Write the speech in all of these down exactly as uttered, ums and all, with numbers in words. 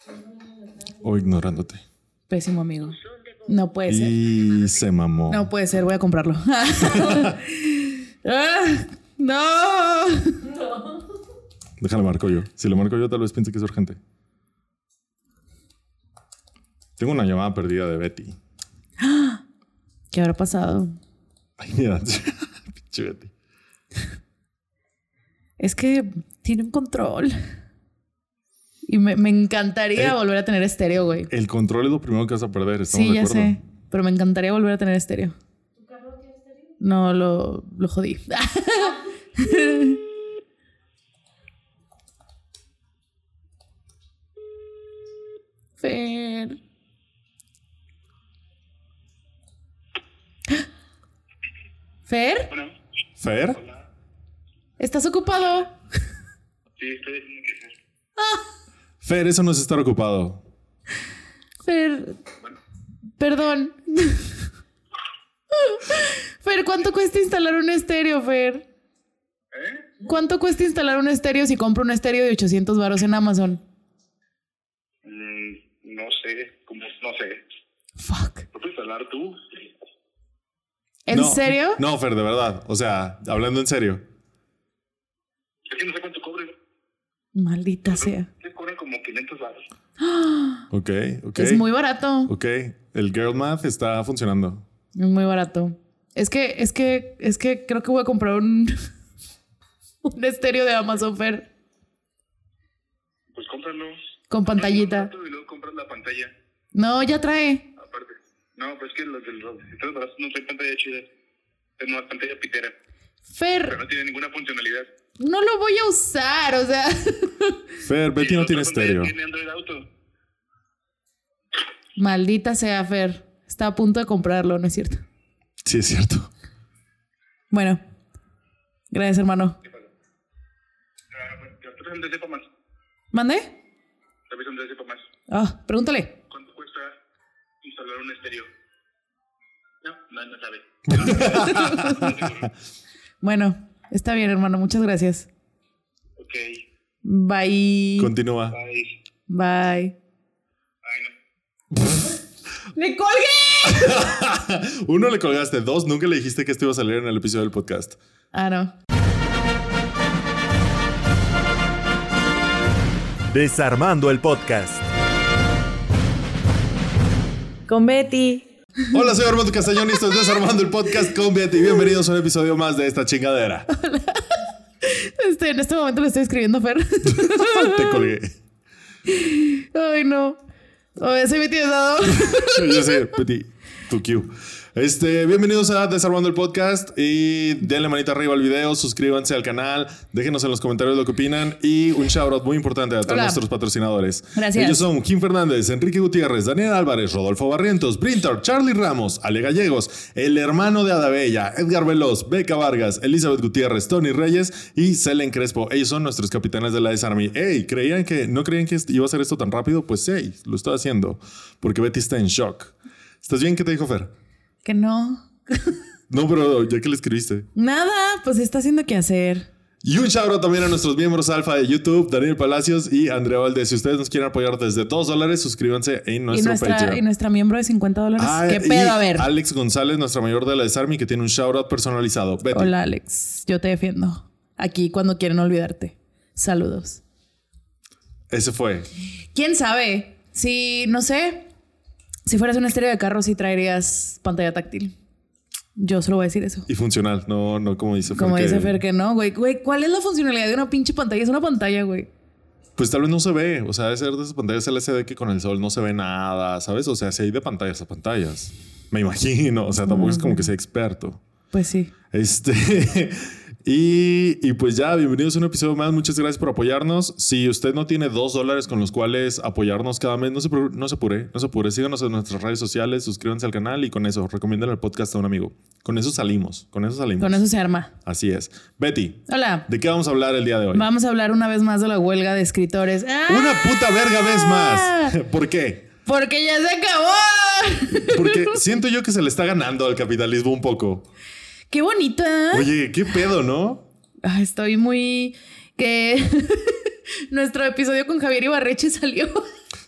O ignorándote. Pésimo amigo. No puede ser. Y se mamó. No puede ser, voy a comprarlo. ah, no. no. Déjale marco yo. Si lo marco yo, tal vez piense que es urgente. Tengo una llamada perdida de Betty. ¿Qué habrá pasado? Ay, mira. Pinche Betty. Es que tiene un control. Y me, me encantaría el, volver a tener estéreo, güey. El control es lo primero que vas a perder. ¿Estamos sí, de acuerdo? Ya sé. Pero me encantaría volver a tener estéreo. ¿Tu carro tiene estéreo? No, lo, lo jodí. Fer. ¿Fer? Bueno. ¿Fer? Hola. ¿Estás ocupado? Sí, estoy diciendo que Fer. Ah. Fer, eso no es estar ocupado. Fer. Bueno. Perdón. Fer, ¿cuánto cuesta instalar un estéreo, Fer? ¿Eh? ¿Cuánto cuesta instalar un estéreo si compro un estéreo de ochocientos varos en Amazon? Mm, no sé, como no sé. Fuck. ¿Lo puedes instalar tú? ¿En no, serio? No, Fer, de verdad. O sea, hablando en serio. Es que no sé cuánto cobren. Maldita sea. Te cobran como quinientos baros. Ok, ok. Es muy barato. Ok, el girl math está funcionando. Es muy barato. Es que, es que, es que creo que voy a comprar un, un estéreo de Amazon, Fer. Pues cómpralo. Con pantallita. Y luego compras la pantalla. No, ya trae. Aparte. No, pues es que los del sistemas baratos no traen pantalla chida. Es una pantalla pitera. Fer. Pero no tiene ninguna funcionalidad. No lo voy a usar, o sea. Fer, Betty sí, no tiene estéreo. Tiene Android Auto. Maldita sea, Fer. Está a punto de comprarlo, ¿no es cierto? Sí, es cierto. Bueno. Gracias, hermano. ¿Qué pasa? Ah, bueno, te aviso donde sepa más. ¿Mande? Te aviso donde sepa más. Ah, pregúntale. ¿Cuánto cuesta instalar un estéreo? No, no, no sabe. Bueno, está bien, hermano. Muchas gracias. Ok. Bye. Continúa. Bye. Bye. Ay, no. ¡Le colgué! Uno, le colgaste. Dos, nunca le dijiste que esto iba a salir en el episodio del podcast. Ah, no. Desarmando el podcast. Con Betty. Hola, soy Armando Castañón y esto es Desarmando el podcast con Betty. Bienvenidos a un episodio más de esta chingadera. Hola. Este, en este momento le estoy escribiendo a Fer. Te colgué. Ay, no. Oh, soy Betty Desado. Yo sé, Betty, tu cue. Este, bienvenidos a Desarmando el podcast y denle manita arriba al video, suscríbanse al canal, déjenos en los comentarios lo que opinan y un shout out muy importante a todos Hola. nuestros patrocinadores. Gracias. Ellos son Kim Fernández, Enrique Gutiérrez, Daniel Álvarez, Rodolfo Barrientos, Brintar, Charlie Ramos, Ale Gallegos, el hermano de Ada Bella, Edgar Veloz, Beca Vargas, Elizabeth Gutiérrez, Tony Reyes y Selen Crespo. Ellos son nuestros capitanes de la Desarmy. Ey, ¿creían que no creían que iba a hacer esto tan rápido? Pues sí, lo estoy haciendo porque Betty está en shock. ¿Estás bien? ¿Qué te dijo Fer? Que no. No, pero ya que le escribiste. Nada, pues está haciendo qué hacer. Y un shout out también a nuestros miembros alfa de YouTube, Daniel Palacios y Andrea Valdés. Si ustedes nos quieren apoyar desde dos dólares, suscríbanse en nuestro y nuestra, Patreon. Y nuestra miembro de cincuenta dólares. Ah, ¿Qué pedo? A ver. Alex González, nuestra mayor de la Desarmy, que tiene un shout out personalizado. Betty. Hola, Alex. Yo te defiendo. Aquí cuando quieren olvidarte. Saludos. Ese fue. ¿Quién sabe? Si, no sé, si fueras un estéreo de carro, sí traerías pantalla táctil. Yo solo voy a decir eso. Y funcional, no, no como dice Fer. Como que, dice Fer que no, güey. Güey, ¿cuál es la funcionalidad de una pinche pantalla? Es una pantalla, güey. Pues tal vez no se ve. O sea, debe ser de esas pantallas L C D que con el sol no se ve nada, ¿sabes? O sea, si hay de pantallas a pantallas. Me imagino. O sea, tampoco mm. es como que sea experto. Pues sí. Este... Y, y pues ya, bienvenidos a un episodio más. Muchas gracias por apoyarnos. Si usted no tiene dos dólares con los cuales apoyarnos cada mes, no se, no se apure, no se apure. Síganos en nuestras redes sociales, suscríbanse al canal y con eso, recomienden el podcast a un amigo. Con eso salimos, con eso salimos. Con eso se arma. Así es. Betty. Hola. ¿De qué vamos a hablar el día de hoy? Vamos a hablar una vez más de la huelga de escritores. ¡Ah! Una puta verga vez más. ¿Por qué? Porque ya se acabó. Porque siento yo que se le está ganando al capitalismo un poco. Qué bonita. Oye, qué pedo, ¿no? Estoy muy... que nuestro episodio con Javier Ibarreche salió.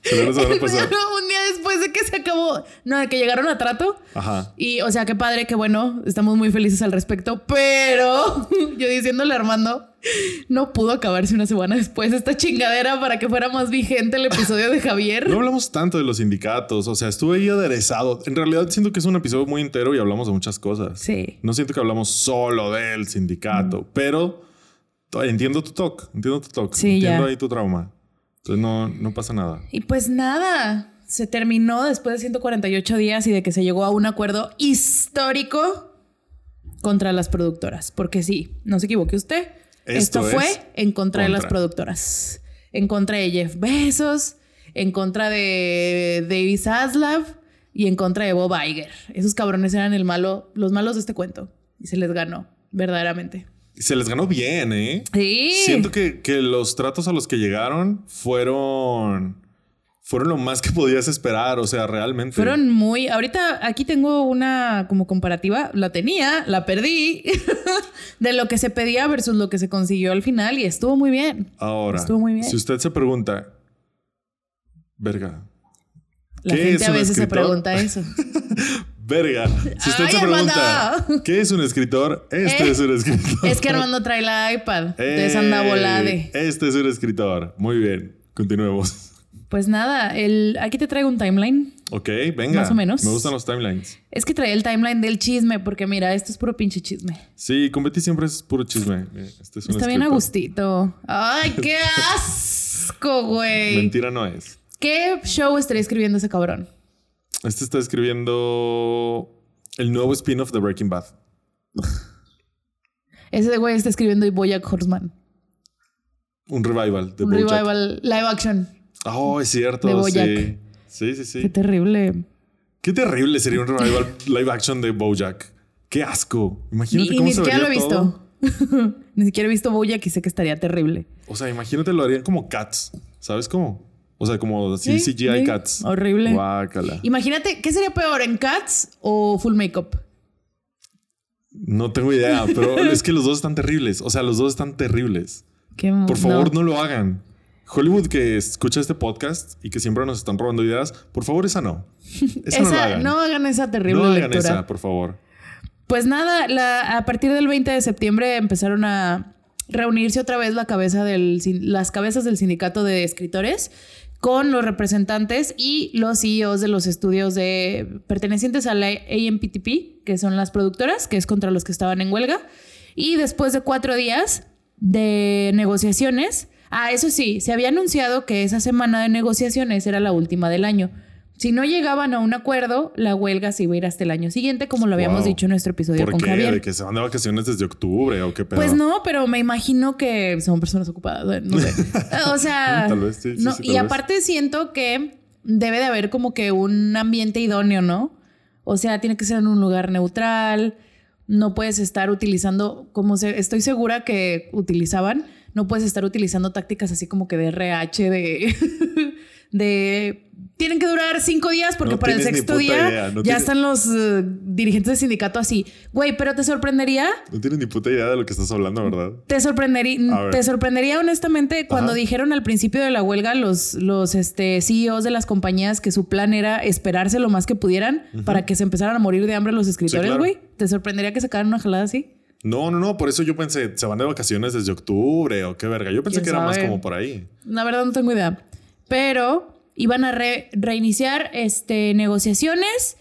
Salió la semana pasada. Un día después de que se acabó. No, de que llegaron a trato. Ajá. Y, o sea, qué padre, qué bueno. Estamos muy felices al respecto. Pero yo diciéndole a Armando, no pudo acabarse una semana después esta chingadera para que fuera más vigente el episodio de Javier. No hablamos tanto de los sindicatos. O sea, estuve ahí aderezado. En realidad siento que es un episodio muy entero y hablamos de muchas cosas. Sí. No siento que hablamos solo del sindicato, mm. pero entiendo tu talk. Entiendo tu talk. Sí, entiendo ya. ahí tu trauma. Entonces no, no pasa nada. Y pues nada, se terminó después de ciento cuarenta y ocho días y de que se llegó a un acuerdo histórico contra las productoras. Porque sí, no se equivoque usted. Esto, Esto fue en contra, contra de las productoras. En contra de Jeff Bezos, en contra de David Zaslav y en contra de Bob Iger. Esos cabrones eran el malo, los malos de este cuento. Y se les ganó, verdaderamente. Se les ganó bien, ¿eh? Sí. Siento que, que los tratos a los que llegaron fueron... Fueron lo más que podías esperar. O sea, realmente. Fueron muy... Ahorita aquí tengo una como comparativa. La tenía, la perdí. De lo que se pedía versus lo que se consiguió al final. Y estuvo muy bien. Ahora, estuvo muy bien. Si usted se pregunta... Verga. La gente a veces se pregunta eso. Verga. Si usted Ay, se pregunta, Armando. ¿qué es un escritor? Este Eh, es un escritor. Es que Armando trae la iPad. Eh, Entonces anda volade. Este es un escritor. Muy bien. Continuemos. Pues nada, el, aquí te traigo un timeline. Ok, venga. Más o menos. Me gustan los timelines. Es que trae el timeline del chisme, porque mira, esto es puro pinche chisme. Sí, con Betty siempre es puro chisme. Este es un Está bien a escritor. gustito. Ay, qué asco, güey. Mentira no es. ¿Qué show estaría escribiendo ese cabrón? Este está escribiendo el nuevo spin-off de Breaking Bad. Ese güey está escribiendo BoJack Horseman. Un revival de Un BoJack. revival live action. Oh, es cierto. De BoJack. Sí. Sí, sí, sí. Qué terrible. Qué terrible sería un revival live action de BoJack. Qué asco. Imagínate Ni, cómo ni se siquiera lo he vería visto. todo. Ni siquiera he visto BoJack y sé que estaría terrible. O sea, imagínate lo harían como Cats. ¿Sabes cómo? O sea, como así Sí, C G I sí. Cats. Horrible. Guácala. Imagínate, ¿qué sería peor, en Cats o Full Makeup? No tengo idea, pero es que los dos están terribles. O sea, los dos están terribles. Qué Por favor, no. no lo hagan. Hollywood que escucha este podcast y que siempre nos están robando ideas, por favor, esa no. Esa, Esa, no la hagan. no hagan esa terrible No hagan lectura. esa, por favor. Pues nada, la, a partir del veinte de septiembre empezaron a reunirse otra vez la cabeza del, las cabezas del sindicato de escritores con los representantes y los C E Os de los estudios de, pertenecientes a la A M P T P, que son las productoras, que es contra los que estaban en huelga. Y después de cuatro días de negociaciones... Ah, eso sí, se había anunciado que esa semana de negociaciones era la última del año. Si no llegaban a un acuerdo, la huelga se iba a ir hasta el año siguiente, como lo habíamos Wow. dicho en nuestro episodio ¿Por con qué? Javier. ¿De que se van de vacaciones desde octubre o qué pedo? Pues no, pero me imagino que son personas ocupadas. No sé. O sea, Tal vez, sí, sí, no, sí, tal y vez. aparte siento que debe de haber como que un ambiente idóneo, ¿no? O sea, tiene que ser en un lugar neutral. No puedes estar utilizando, como se, estoy segura que utilizaban, no puedes estar utilizando tácticas así como que de R H, de, de tienen que durar cinco días porque No para el tienes ni sexto puta día idea, no ya tienes- están los uh, dirigentes del sindicato así. Güey, pero te sorprendería, No tienes ni puta idea de lo que estás hablando, ¿verdad? te sorprendería, A ver. te sorprendería honestamente cuando Ajá. dijeron al principio de la huelga los, los este, C E Os de las compañías que su plan era esperarse lo más que pudieran para que se empezaran a morir de hambre los escritores, claro. güey. ¿Te sorprendería que sacaran una jalada así? No, no, no. Por eso yo pensé, se van de vacaciones desde octubre o qué verga. Yo pensé ¿Quién que era más sabe? como por ahí. La verdad no tengo idea. Pero iban a re- reiniciar este, negociaciones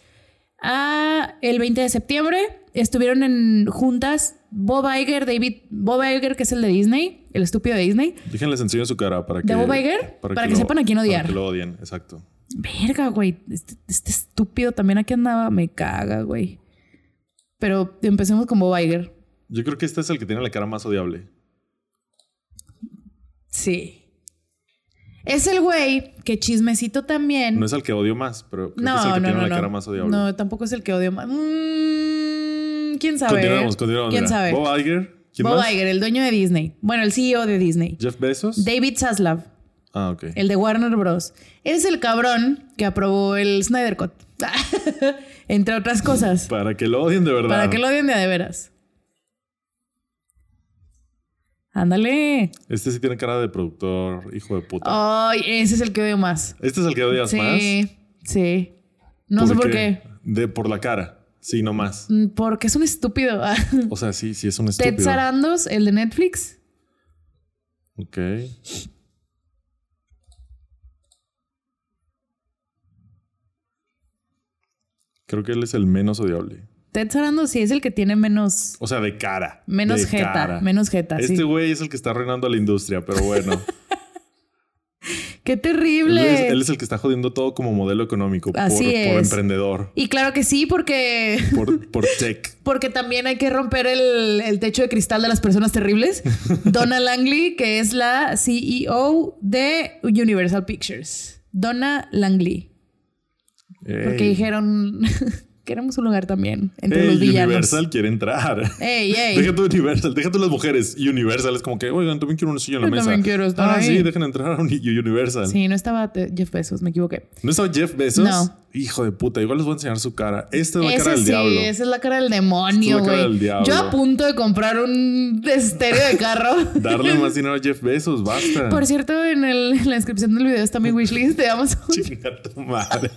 a el veinte de septiembre. Estuvieron en juntas Bob Iger, David... Bob Iger, que es el de Disney, el estúpido de Disney. Déjenles enseño su cara para que... ¿De Bob Iger? Para que sepan a quién odiar. Para que lo odien, exacto. Verga, güey. Este, este estúpido también aquí andaba. Me caga, güey. Pero empecemos con Bob Iger. Yo creo que este es el que tiene la cara más odiable. Sí. Es el güey que chismecito también. No es el que odio más, pero creo No, que es el que no, tiene no, la no. cara más odiable. No, tampoco es el que odio más. Mm, ¿Quién sabe? Continuamos, continuamos. ¿Quién mira. sabe? Bob Iger. ¿Quién Bob más? Iger, el dueño de Disney. Bueno, el C E O de Disney. Jeff Bezos. David Zaslav, Ah, ok. el de Warner Bros. Él es el cabrón que aprobó el Snyder Cut. Entre otras cosas. Para que lo odien de verdad. Para que lo odien de a de veras. Ándale. Este sí tiene cara de productor, hijo de puta. Ay, ese es el que odio más. ¿Este es el que odias sí, más? Sí, sí. No sé por qué. De por la cara. Sí, no más. Porque es un estúpido. O sea, sí, sí es un estúpido. Ted Sarandos, el de Netflix. Ok. Creo que él es el menos odiable. Ted Sarandos sí es el que tiene menos... O sea, de cara. Menos de jeta. cara. Menos jeta, Este sí. güey es el que está arruinando a la industria, pero bueno. ¡Qué terrible! Él es, él es el que está jodiendo todo como modelo económico. Así por, es. por emprendedor. Y claro que sí, porque... Por, por tech. Porque también hay que romper el, el techo de cristal de las personas terribles. Donna Langley, que es la C E O de Universal Pictures. Donna Langley. Ey. Porque dijeron... Queremos un lugar también entre Ey, los villanos. Universal quiere entrar. Ey, ey. Deja tu Universal, deja tú las mujeres. Universal es como que, oigan, también quiero una silla en la Yo mesa. también quiero estar ah, ahí. sí, dejen entrar a un Universal. Sí, no estaba Jeff Bezos, me equivoqué. ¿No estaba Jeff Bezos? No. Hijo de puta, igual les voy a enseñar su cara. Esta es la Ese cara del sí, diablo. esa es la cara del demonio, Esta es la cara güey. del diablo. Yo a punto de comprar un estéreo de carro. Darle más dinero a Jeff Bezos, basta. Por cierto, en, el, en la descripción del video está mi wishlist de Amazon. Chinga tu madre.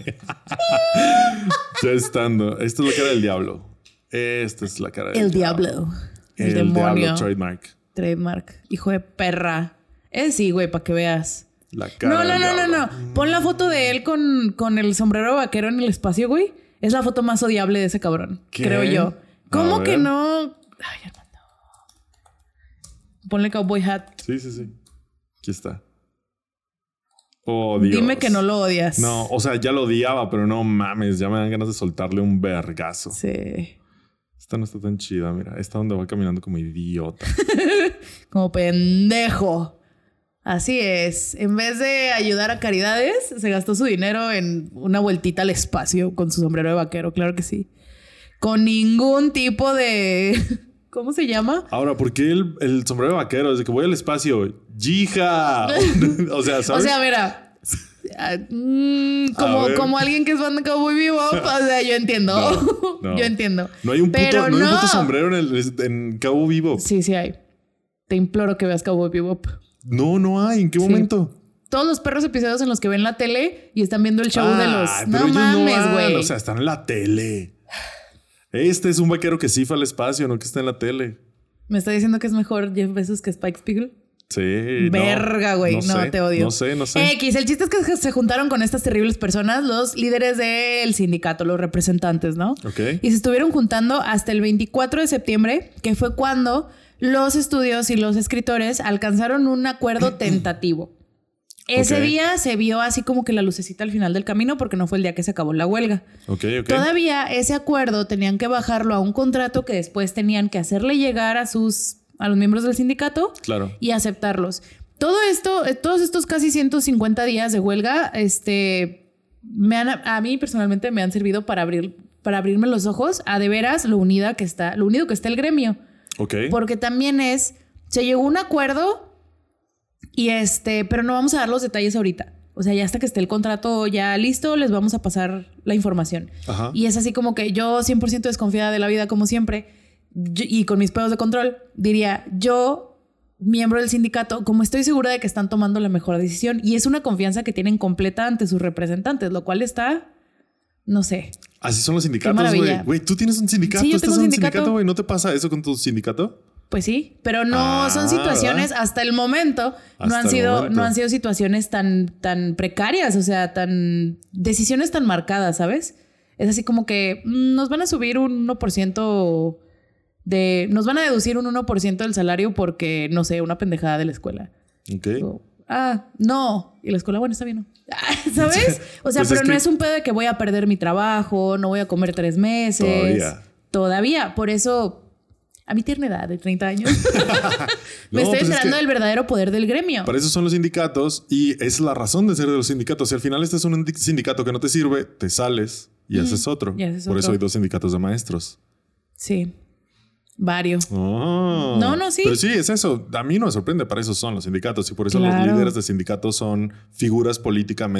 Ya estando. Esta es la cara del diablo. Esta es la cara del El diablo. diablo. El, El demonio. diablo, trademark. Trademark. Hijo de perra. Es sí, güey, para que veas. La cara No, no, del no, no, diablo. no. Pon la foto de él con, con el sombrero vaquero en el espacio, güey. Es la foto más odiable de ese cabrón. ¿Qué? Creo yo. ¿Cómo A que ver. no? Ay, Armando. Ponle cowboy hat. Sí, sí, sí. Aquí está. Oh, Dios. Dime que no lo odias. No, o sea, ya lo odiaba, pero no mames. Ya me dan ganas de soltarle un vergazo. Sí. Esta no está tan chida, mira. Esta donde va caminando como idiota. Como pendejo. Así es. En vez de ayudar a caridades, se gastó su dinero en una vueltita al espacio con su sombrero de vaquero. Claro que sí. Con ningún tipo de... ¿Cómo se llama? Ahora, ¿por qué el, el sombrero de vaquero? Desde que voy al espacio, ¡yija! O sea, ¿sabes? O sea, mira... ah, mm, A como, ver. como alguien que es fan de Cowboy Bebop, o sea, yo entiendo. No, no. Yo entiendo. No hay un puto, Pero no hay un no. puto sombrero en, el, en Cabo Vivo. Sí, sí hay. Te imploro que veas Cowboy Bebop. No, no hay. ¿En qué Sí. momento? Todos los perros episodios en los que ven la tele y están viendo el show de los... Ay, pero No ellos mames, van, güey. O sea, están en la tele. Este es un vaquero que sí fue al espacio, no que está en la tele. ¿Me está diciendo que es mejor Jeff Bezos que Spike Spiegel? Sí. Verga, güey. No, sé, te odio. No sé, no sé. X, el chiste es que se juntaron con estas terribles personas, los líderes del sindicato, los representantes, ¿no? Ok. Y se estuvieron juntando hasta el veinticuatro de septiembre, que fue cuando los estudios y los escritores alcanzaron un acuerdo tentativo. Ese Ok. día se vio así como que la lucecita al final del camino porque no fue el día que se acabó la huelga. Ok, ok. Todavía ese acuerdo tenían que bajarlo a un contrato que después tenían que hacerle llegar a sus a los miembros del sindicato Claro. y aceptarlos. Todo esto, eh, todos estos casi ciento cincuenta días de huelga, este, me han, a mí personalmente me han servido para abrir, para abrirme los ojos a de veras lo unida que está, lo unido que está el gremio. Ok. Porque también es, se llegó a un acuerdo y este, pero no vamos a dar los detalles ahorita. O sea, ya hasta que esté el contrato ya listo, les vamos a pasar la información. Ajá. Y es así como que yo cien por ciento desconfiada de la vida como siempre yo- y con mis pedos de control, diría yo, miembro del sindicato, como estoy segura de que están tomando la mejor decisión y es una confianza que tienen completa ante sus representantes, lo cual está, no sé. Así son los sindicatos, maravilla. güey. Güey, tú tienes un sindicato. Sí, yo ¿Estás tengo en un un sindicato. sindicato, güey? ¿No te pasa eso con tu sindicato? Pues sí, pero no Ah, son situaciones ¿verdad? hasta el momento, no Hasta han el sido momento. no han sido situaciones tan tan precarias, o sea, tan decisiones tan marcadas, ¿sabes? Es así como que mm, nos van a subir un uno por ciento de nos van a deducir un uno por ciento del salario porque no sé, una pendejada de la escuela. Ok. O, ah, no, y la escuela bueno, está bien, ¿no? ¿Sabes? O sea, Pues pero es no que- es un pedo de que voy a perder mi trabajo, no voy a comer tres meses. Todavía. Todavía, por eso a mi tierna edad de treinta años. Me No, estoy pues es enterando que- del verdadero poder del gremio. Para eso son los sindicatos y es la razón de ser de los sindicatos. Si al final este es un indi- sindicato que no te sirve, te sales y haces otro. y haces Por otro. eso hay dos sindicatos de maestros. Sí. Varios. Oh. No, no, sí. Pero sí, es eso. A mí no me sorprende. Para eso son los sindicatos y por eso los Claro. líderes de sindicatos son figuras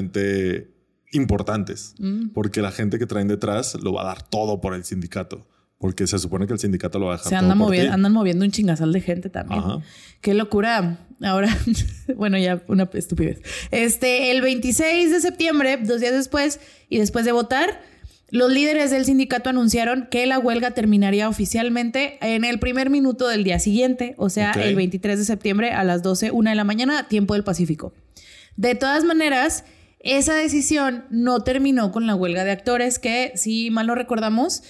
políticamente importantes. Mm. Porque la gente que traen detrás lo va a dar todo por el sindicato. Porque se supone que el sindicato lo va a dejar Se todo anda por moviendo, ti. andan moviendo un chingazal de gente también. Ajá. Qué locura. Ahora, bueno, ya una estupidez. Este, el veintiséis de septiembre, dos días después, y después de votar, los líderes del sindicato anunciaron que la huelga terminaría oficialmente en el primer minuto del día siguiente, o sea, Ok. el veintitrés de septiembre a las doce, una de la mañana, tiempo del Pacífico. De todas maneras, esa decisión no terminó con la huelga de actores, que, si mal no recordamos,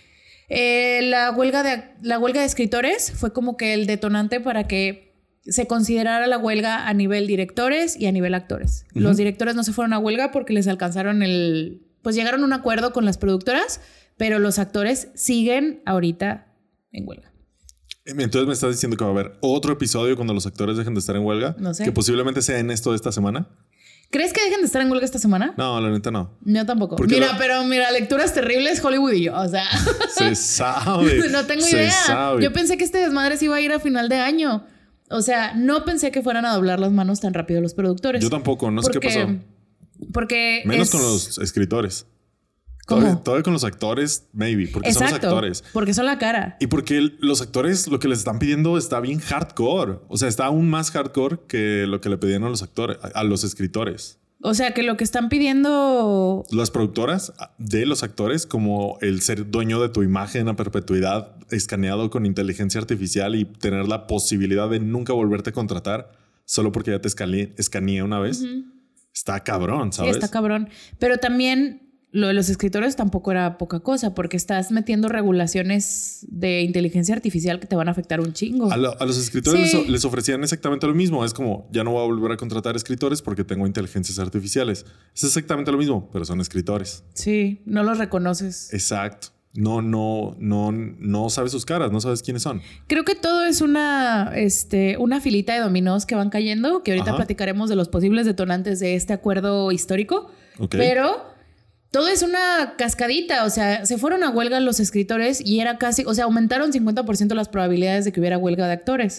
eh, la, huelga de, la huelga de escritores fue como que el detonante para que se considerara la huelga a nivel directores y a nivel actores. Uh-huh. Los directores no se fueron a huelga porque les alcanzaron el... Pues llegaron a un acuerdo con las productoras, pero los actores siguen ahorita en huelga. Entonces me estás diciendo que va a haber otro episodio cuando los actores dejen de estar en huelga. No sé. Que posiblemente sea en esto de esta semana. ¿Crees que dejen de estar en huelga esta semana? No, la neta no. Yo tampoco. Porque mira, la... pero mira, lecturas terribles, Hollywood y yo. O sea, se sabe. No tengo se idea. Sabe. Yo pensé que este desmadre se iba a ir a final de año. O sea, no pensé que fueran a doblar las manos tan rápido los productores. Yo tampoco, no sé porque, qué pasó. Porque menos es... con los escritores. ¿Cómo? Todavía, todavía con los actores, maybe, porque Exacto, son los actores. Porque son la cara. Y porque el, los actores lo que les están pidiendo está bien hardcore. O sea, está aún más hardcore que lo que le pedían a los actores, a, a los escritores. O sea, que lo que están pidiendo... Las productoras de los actores, como el ser dueño de tu imagen a perpetuidad, escaneado con inteligencia artificial y tener la posibilidad de nunca volverte a contratar solo porque ya te escaneé, escaneé una vez. Uh-huh. Está cabrón, ¿sabes? Sí, está cabrón. Pero también... Lo de los escritores tampoco era poca cosa, porque estás metiendo regulaciones de inteligencia artificial que te van a afectar un chingo. A, lo, a los escritores sí. les, les ofrecían exactamente lo mismo. Es como, ya no voy a volver a contratar escritores porque tengo inteligencias artificiales. Es exactamente lo mismo, pero son escritores. Sí, no los reconoces. Exacto. No, no, no, no sabes sus caras, no sabes quiénes son. Creo que todo es una, este, una filita de dominós que van cayendo, que ahorita Ajá. platicaremos de los posibles detonantes de este acuerdo histórico. Okay. Pero... todo es una cascadita, o sea, se fueron a huelga los escritores y era casi, o sea, aumentaron cincuenta por ciento las probabilidades de que hubiera huelga de actores.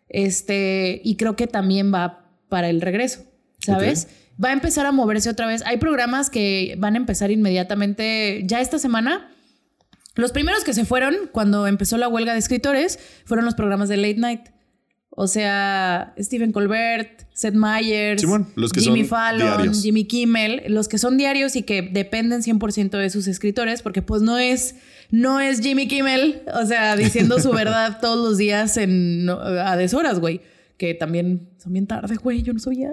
Este, y creo que también va para el regreso, ¿sabes? Okay. Va a empezar a moverse otra vez. Hay programas que van a empezar inmediatamente, ya esta semana. Los primeros que se fueron cuando empezó la huelga de escritores fueron los programas de Late Night. O sea, Stephen Colbert, Seth Meyers, Simón, los que Jimmy son Fallon, diarios. Jimmy Kimmel, los que son diarios y que dependen cien por ciento de sus escritores, porque pues no es, no es Jimmy Kimmel, o sea, diciendo su verdad todos los días en, a deshoras, güey. Que también son bien tarde, güey, yo no sabía.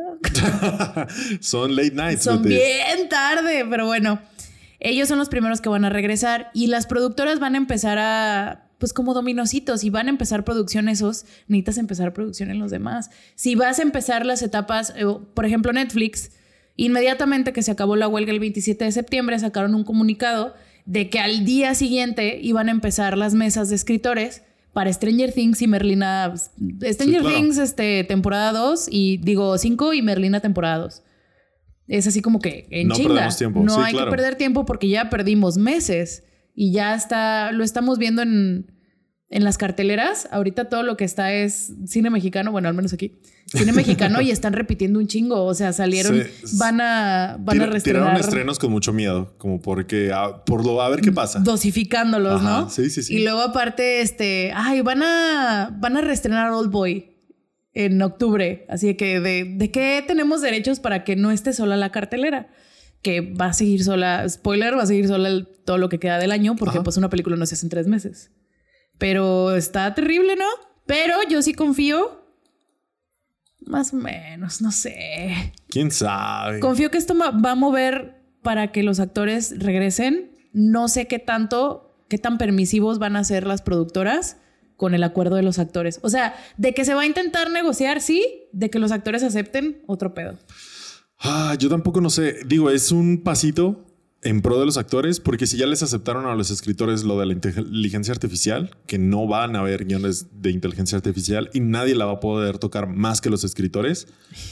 Son late nights. Son Betty. bien tarde, pero bueno. Ellos son los primeros que van a regresar y las productoras van a empezar a... pues como dominocitos, y van a empezar producción esos, necesitas empezar producción en los demás. Si vas a empezar las etapas, eh, por ejemplo Netflix, inmediatamente que se acabó la huelga el veintisiete de septiembre, sacaron un comunicado de que al día siguiente iban a empezar las mesas de escritores para Stranger Things y Merlina. Stranger sí, claro. Things este, temporada dos y digo cinco y Merlina temporada dos. Es así como que en no chinga. Perdemos tiempo. No sí, hay claro. que perder tiempo porque ya perdimos meses. Y ya está, lo estamos viendo en, en las carteleras. Ahorita todo lo que está es cine mexicano, bueno, al menos aquí. Cine mexicano y están repitiendo un chingo. O sea, salieron, sí, van a, van tira, a reestrenar. Tiraron estrenos con mucho miedo, como porque, a, por lo, a ver qué pasa. Dosificándolos, Ajá, ¿no? Sí, sí, sí. Y luego aparte, este, ay, van a, van a reestrenar Old Boy en octubre. Así que, ¿de, de qué tenemos derechos para que no esté sola la cartelera? Que va a seguir sola, spoiler, va a seguir sola el, todo lo que queda del año, porque Ajá. pues una película no se hace en tres meses. Pero está terrible, ¿no? Pero yo sí confío, más o menos, no sé. ¿Quién sabe? Confío que esto va a mover para que los actores regresen. No sé qué tanto, qué tan permisivos van a ser las productoras con el acuerdo de los actores. O sea, de que se va a intentar negociar, sí, de que los actores acepten, otro pedo. Ah, yo tampoco no sé. Digo, es un pasito en pro de los actores, porque si ya les aceptaron a los escritores lo de la inteligencia artificial, que no van a haber guiones de inteligencia artificial y nadie la va a poder tocar más que los escritores,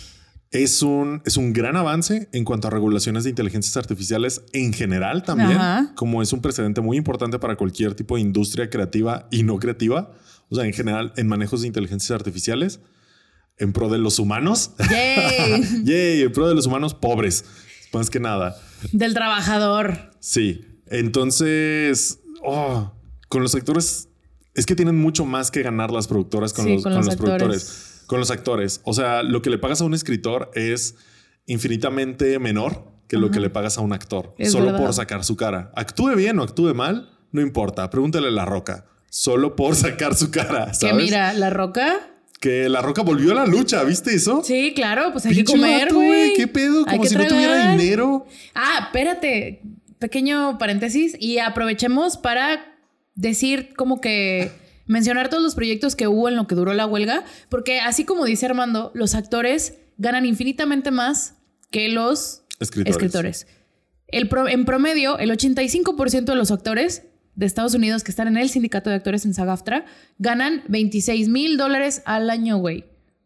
es un, es un gran avance en cuanto a regulaciones de inteligencias artificiales en general también, Ajá. como es un precedente muy importante para cualquier tipo de industria creativa y no creativa. O sea, en general, en manejos de inteligencias artificiales, en pro de los humanos. ¡Yay! ¡Yay! En pro de los humanos pobres, más que nada. Del trabajador. Sí. Entonces, oh, con los actores, es que tienen mucho más que ganar las productoras con Sí, los, con con los los actores. productores. Con los actores. O sea, lo que le pagas a un escritor es infinitamente menor que lo Ajá. que le pagas a un actor. Es solo verdad. por sacar su cara. Actúe bien o actúe mal, no importa. Pregúntale a La Roca. Solo por sacar su cara, ¿sabes? Que mira, La Roca... Que La Roca volvió a la lucha, ¿viste eso? Sí, claro, pues hay Pinche que comer, vato, güey. ¿Qué pedo? Hay Como que si no tuviera tragar. dinero. Ah, espérate. Pequeño paréntesis. Y aprovechemos para decir como que mencionar todos los proyectos que hubo en lo que duró la huelga. Porque así como dice Armando, los actores ganan infinitamente más que los Escritores. escritores. El pro- en promedio, el ochenta y cinco por ciento de los actores de Estados Unidos que están en el sindicato de actores en SAG-AFTRA ganan veintiséis mil dólares al año, güey.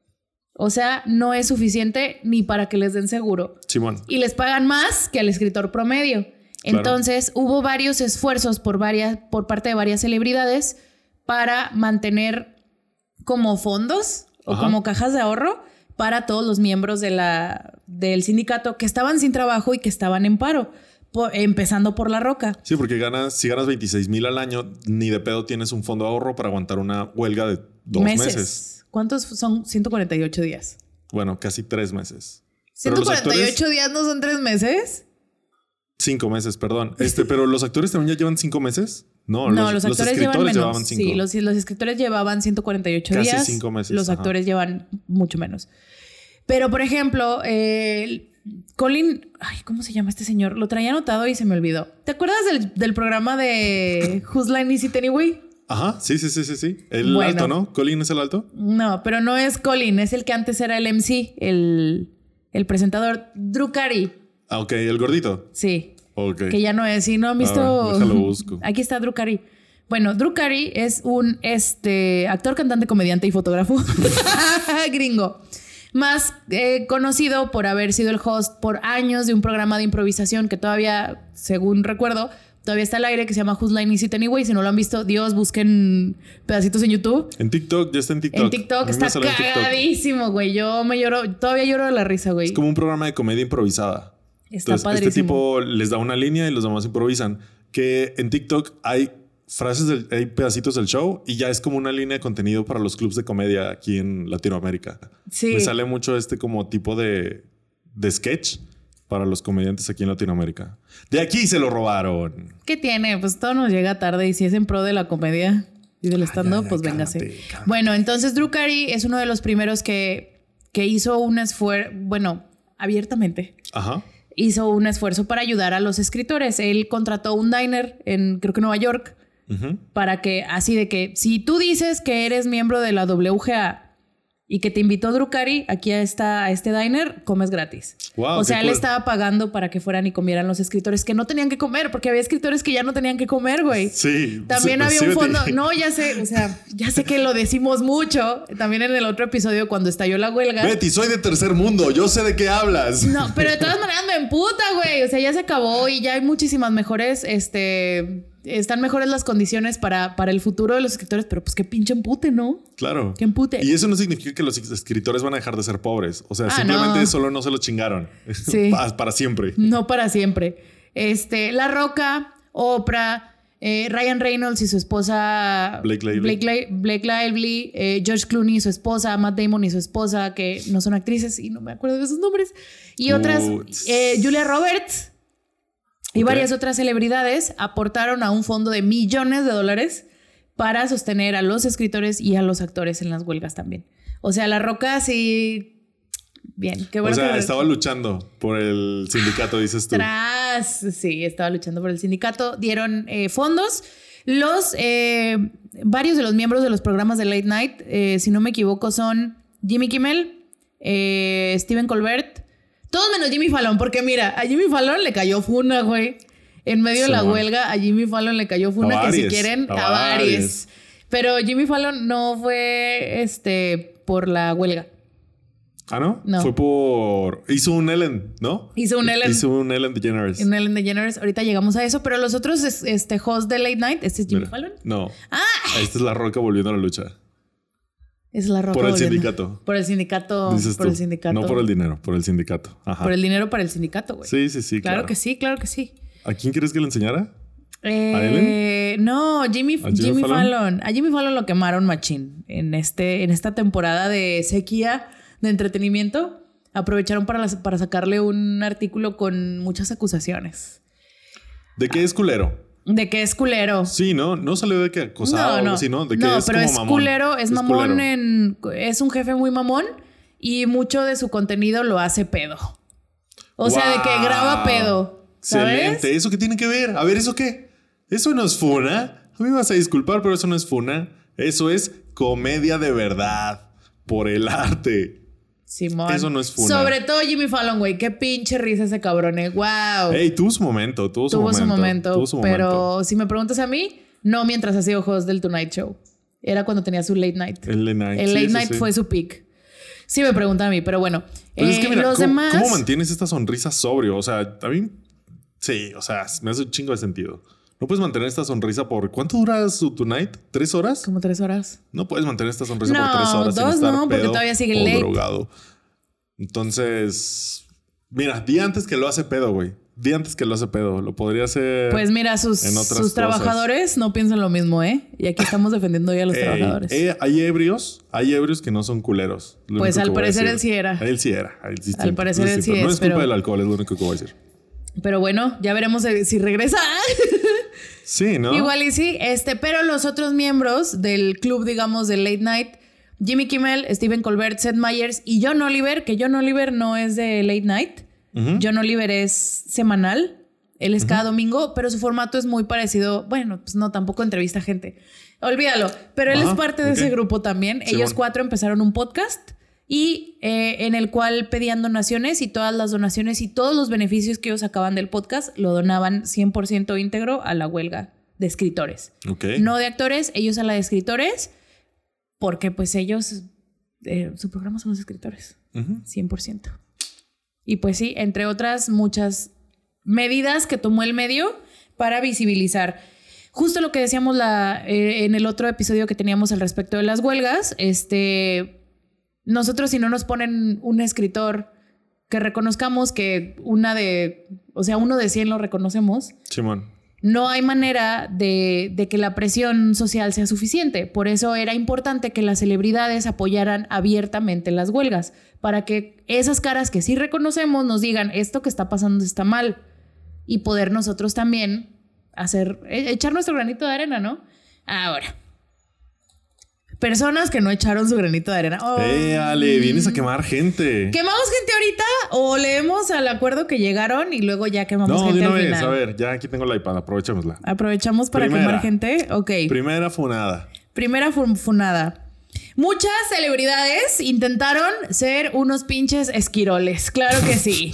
O sea, no es suficiente ni para que les den seguro. Simón. Y les pagan más que al escritor promedio. Claro. Entonces, hubo varios esfuerzos por, varias, por parte de varias celebridades para mantener como fondos o Ajá. como cajas de ahorro para todos los miembros de la, del sindicato que estaban sin trabajo y que estaban en paro. Por, empezando por La Roca. Sí, porque ganas, si ganas veintiséis mil al año, ni de pedo tienes un fondo de ahorro para aguantar una huelga de dos meses. meses. ¿Cuántos son? ciento cuarenta y ocho días. Bueno, casi tres meses. Pero los ¿ciento cuarenta y ocho actores- días no son tres meses? Cinco meses, perdón. Este, pero los actores también ya llevan cinco meses. No, No, los, los actores llevan escritores menos. llevaban cinco. Sí, los, los escritores llevaban ciento cuarenta y ocho Casi días. cinco meses, Los ajá. actores llevan mucho menos. Pero, por ejemplo, eh, Colin... Ay, ¿cómo se llama este señor? Lo traía anotado y se me olvidó. ¿Te acuerdas del, del programa de Whose Line Is It Anyway? Ajá, sí, sí, sí, sí, sí. El Bueno. alto, ¿no? ¿Colin es el alto? No, pero no es Colin. Es el que antes era el M C, el, el presentador. Drew Carey. Ah, ok, el gordito. Sí. Ok. Que ya no es. Si no han visto... A ver, déjalo busco. Aquí está Drew Carey. Bueno, Drew Carey es un este, actor, cantante, comediante y fotógrafo gringo. Más eh, conocido por haber sido el host por años de un programa de improvisación que todavía, según recuerdo, todavía está al aire, que se llama Whose Line Is It Anyway. Si no lo han visto, Dios, busquen pedacitos en YouTube. En TikTok, ya está en TikTok. En A TikTok mí me está salió en TikTok. cagadísimo, güey. Yo me lloro, todavía lloro de la risa, güey. Es como un programa de comedia improvisada. Está Entonces, padrísimo. este tipo les da una línea y los demás improvisan. Que en TikTok hay frases, del, hay pedacitos del show y ya es como una línea de contenido para los clubs de comedia aquí en Latinoamérica. Sí. Me sale mucho este como tipo de, de sketch para los comediantes aquí en Latinoamérica. De aquí se lo robaron. ¿Qué tiene? Pues todo nos llega tarde y si es en pro de la comedia y del stand-up, ay, pues cálmate, véngase. cálmate. Bueno, entonces Drew Carey es uno de los primeros que, que hizo un esfuerzo, bueno, abiertamente. Ajá. Hizo un esfuerzo para ayudar a los escritores. Él contrató un diner en, creo que Nueva York, Uh-huh. para que, así de que, si tú dices que eres miembro de la W G A y que te invitó Drew Carey aquí a, esta, a este diner, comes gratis. Wow, o sea, qué él cool. estaba pagando para que fueran y comieran los escritores que no tenían que comer, porque había escritores que ya no tenían que comer, güey. Sí. También sí, había sí, un Betty. fondo. No, ya sé, o sea, ya sé que lo decimos mucho. También en el otro episodio, cuando estalló la huelga. Betty, soy de tercer mundo. Yo sé de qué hablas. No, pero de todas maneras me emputa, güey. O sea, ya se acabó y ya hay muchísimas mejores, este... Están mejores las condiciones para, para el futuro de los escritores, pero pues qué pinche empute, ¿no? Claro. Qué empute. Y eso no significa que los escritores van a dejar de ser pobres. O sea, Ah, simplemente no. solo no se lo chingaron. Sí. Pa- para siempre. No para siempre. Este, La Roca, Oprah, eh, Ryan Reynolds y su esposa Blake Lively. Blake, Li- Blake Lively, eh, George Clooney y su esposa, Matt Damon y su esposa, que no son actrices y no me acuerdo de sus nombres. Y Uh, otras, eh, Julia Roberts y Ok. varias otras celebridades aportaron a un fondo de millones de dólares para sostener a los escritores y a los actores en las huelgas también. O sea, La Roca sí... Bien, qué bueno O sea, que- estaba luchando por el sindicato, dices tú. Tras, sí, estaba luchando por el sindicato. Dieron eh, fondos. Los, eh, varios de los miembros de los programas de Late Night, eh, si no me equivoco, son Jimmy Kimmel, eh, Stephen Colbert, todos menos Jimmy Fallon, porque mira, a Jimmy Fallon le cayó funa, güey. En medio de la Simón. huelga, a Jimmy Fallon le cayó funa, A que si varios, quieren, a a varios. varios. Pero Jimmy Fallon no fue este, por la huelga. Ah, ¿no? No. Fue por... Hizo un Ellen, ¿no? Hizo un Ellen. Hizo un Ellen DeGeneres. En Ellen DeGeneres, ahorita llegamos a eso, pero los otros es- este, host de Late Night, este es Jimmy Mira. Fallon. No. Ah, Esta es La Roca volviendo a la lucha. es La Roca. Por el volviendo. sindicato. Por el sindicato. Dices por tú. el sindicato. No por el dinero, por el sindicato. Ajá. Por el dinero para el sindicato, güey. Sí, sí, sí, Claro claro. que sí, claro que sí. ¿A quién quieres que le enseñara? Eh, ¿A Ellen? No, Jimmy, ¿A Jimmy Jimmy Fallon? Fallon. A Jimmy Fallon lo quemaron machín en, este, en esta temporada de sequía de entretenimiento. Aprovecharon para, las, para sacarle un artículo con muchas acusaciones. ¿De qué es culero? De que es culero. Sí, ¿no? No salió de que acosado o algo así, ¿no? De que no, es pero como es mamón. culero, es, Es mamón culero. en... Es un jefe muy mamón y mucho de su contenido lo hace pedo. O sea, de que ¡Guau! graba pedo, ¿sabes? Excelente. ¿Eso qué tiene que ver? A ver, ¿eso qué? Eso no es funa. A mí me vas a disculpar, pero eso no es funa. Eso es comedia de verdad. Por el arte. Simón. Eso no es funa. Sobre todo Jimmy Fallon, güey. Qué pinche risa ese cabrón, eh. Wow. Ey, tuvo su momento. Tuvo su Tuvo momento. su momento. Tuvo su pero momento. si me preguntas a mí, no mientras ha sido host del Tonight Show. Era cuando tenía su late night. El late night. El Sí, late sí, night sí. fue su peak. Sí me preguntan a mí, pero bueno. Pues eh, es que mira, los ¿cómo, demás... ¿cómo mantienes esta sonrisa sobrio? O sea, a mí... Sí, o sea, me hace un chingo de sentido. No puedes mantener esta sonrisa por... ¿Cuánto dura su Tonight? ¿Tres horas? Como tres horas. No puedes mantener esta sonrisa No, por tres horas sin dos estar no, porque pedo todavía sigue o late. drogado. Entonces... Mira, di antes que lo hace pedo, güey. Di antes que lo hace pedo. Lo podría hacer... Pues mira, sus, en otras sus cosas. trabajadores no piensan lo mismo, ¿eh? Y aquí estamos defendiendo ya a los Ey, trabajadores. eh, hay ebrios. Hay ebrios que no son culeros. Lo Pues único al que voy a parecer decir. él sí era. Él sí era. Él sí Al parecer él sí No es, es culpa pero- del alcohol, es lo único que voy a decir. Pero bueno, ya veremos eh, si regresa. Sí, ¿no? Igual y sí. Este, pero los otros miembros del club, digamos, del Late Night, Jimmy Kimmel, Stephen Colbert, Seth Meyers y John Oliver, que John Oliver no es de Late Night. Ujú. John Oliver es semanal. Él es cada domingo, pero su formato es muy parecido. Bueno, pues no, tampoco entrevista a gente. Olvídalo. Pero él Ajá, es parte de ok. ese grupo también. Sí, Ellos bueno. cuatro empezaron un podcast y eh, en el cual pedían donaciones y todas las donaciones y todos los beneficios que ellos sacaban del podcast lo donaban cien por ciento íntegro a la huelga de escritores. Ok. No de actores, ellos a la de escritores, porque pues ellos, eh, su programa son los escritores, Ujú. cien por ciento. Y pues sí, entre otras muchas medidas que tomó el medio para visibilizar. Justo lo que decíamos la, eh, en el otro episodio que teníamos al respecto de las huelgas, este, nosotros si no nos ponen un escritor que reconozcamos que una de, o sea, uno de cien lo reconocemos, Simón. no hay manera de, de que la presión social sea suficiente. Por eso era importante que las celebridades apoyaran abiertamente las huelgas, para que esas caras que sí reconocemos nos digan esto que está pasando está mal y poder nosotros también hacer, e- echar nuestro granito de arena, ¿no? Ahora, personas que no echaron su granito de arena. Oh, ¡Eh, Ale! Vienes a quemar gente. ¿Quemamos gente ahorita o leemos al acuerdo que llegaron y luego ya quemamos No, de gente una al vez. final? A ver, ya aquí tengo la iPad. Aprovechémosla. Aprovechamos para Primera. quemar gente. Ok. Primera funada. Primera fun- funada. Muchas celebridades intentaron ser unos pinches esquiroles. Claro que sí.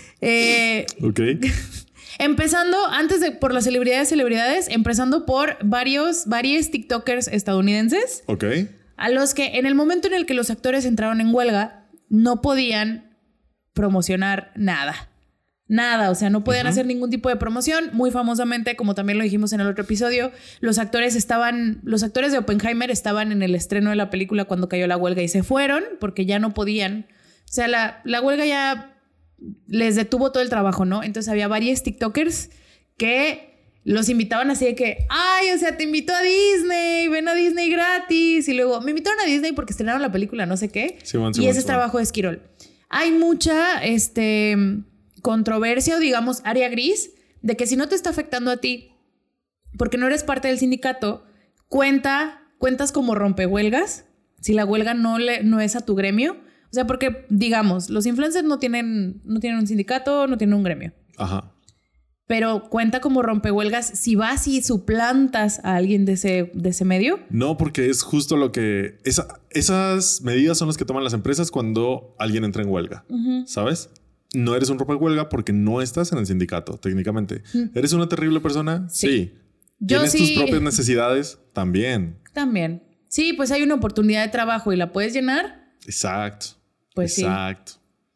Eh, Ok. empezando, antes de por las celebridades, celebridades, empezando por varios, varios TikTokers estadounidenses, Ok. a los que en el momento en el que los actores entraron en huelga, no podían promocionar nada. Nada, o sea, no podían hacer ningún tipo de promoción. Muy famosamente, como también lo dijimos en el otro episodio, los actores estaban, los actores de Oppenheimer estaban en el estreno de la película cuando cayó la huelga y se fueron porque ya no podían. O sea, la, la huelga ya les detuvo todo el trabajo, ¿no? Entonces había varios TikTokers que los invitaban así de que, ay, o sea, te invito a Disney, ven a Disney gratis. Y luego me invitaron a Disney porque estrenaron la película, no sé qué. Simón, y Simón, ese es Simón. trabajo de Esquirol. Hay mucha este, controversia o digamos área gris de que si no te está afectando a ti porque no eres parte del sindicato, cuenta, cuentas como rompehuelgas si la huelga no, le, no es a tu gremio. O sea, porque digamos, los influencers no tienen, no tienen un sindicato, no tienen un gremio. Ajá. Pero cuenta como rompehuelgas si vas y suplantas a alguien de ese, de ese medio. No, porque es justo lo que... Esa, esas medidas son las que toman las empresas cuando alguien entra en huelga. Uh-huh. ¿Sabes? No eres un rompehuelga porque no estás en el sindicato, técnicamente. ¿Eres una terrible persona? Sí. Sí. Yo ¿Tienes sí. tus propias necesidades? También. También. Sí, pues hay una oportunidad de trabajo y la puedes llenar. Exacto. Pues sí. Exacto.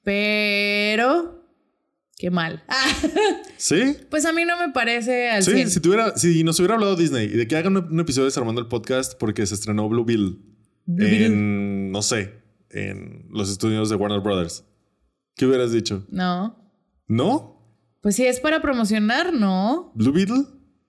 Pero... Qué mal. Ah, ¿Sí? pues a mí no me parece al Sí, cien. si, tuviera, si nos hubiera hablado Disney y de que hagan un, un episodio desarmando el podcast porque se estrenó Blue Beetle Blue en, no sé, en los estudios de Warner Brothers, ¿qué hubieras dicho? No. ¿No? Pues si es para promocionar, no. ¿Blue Beetle?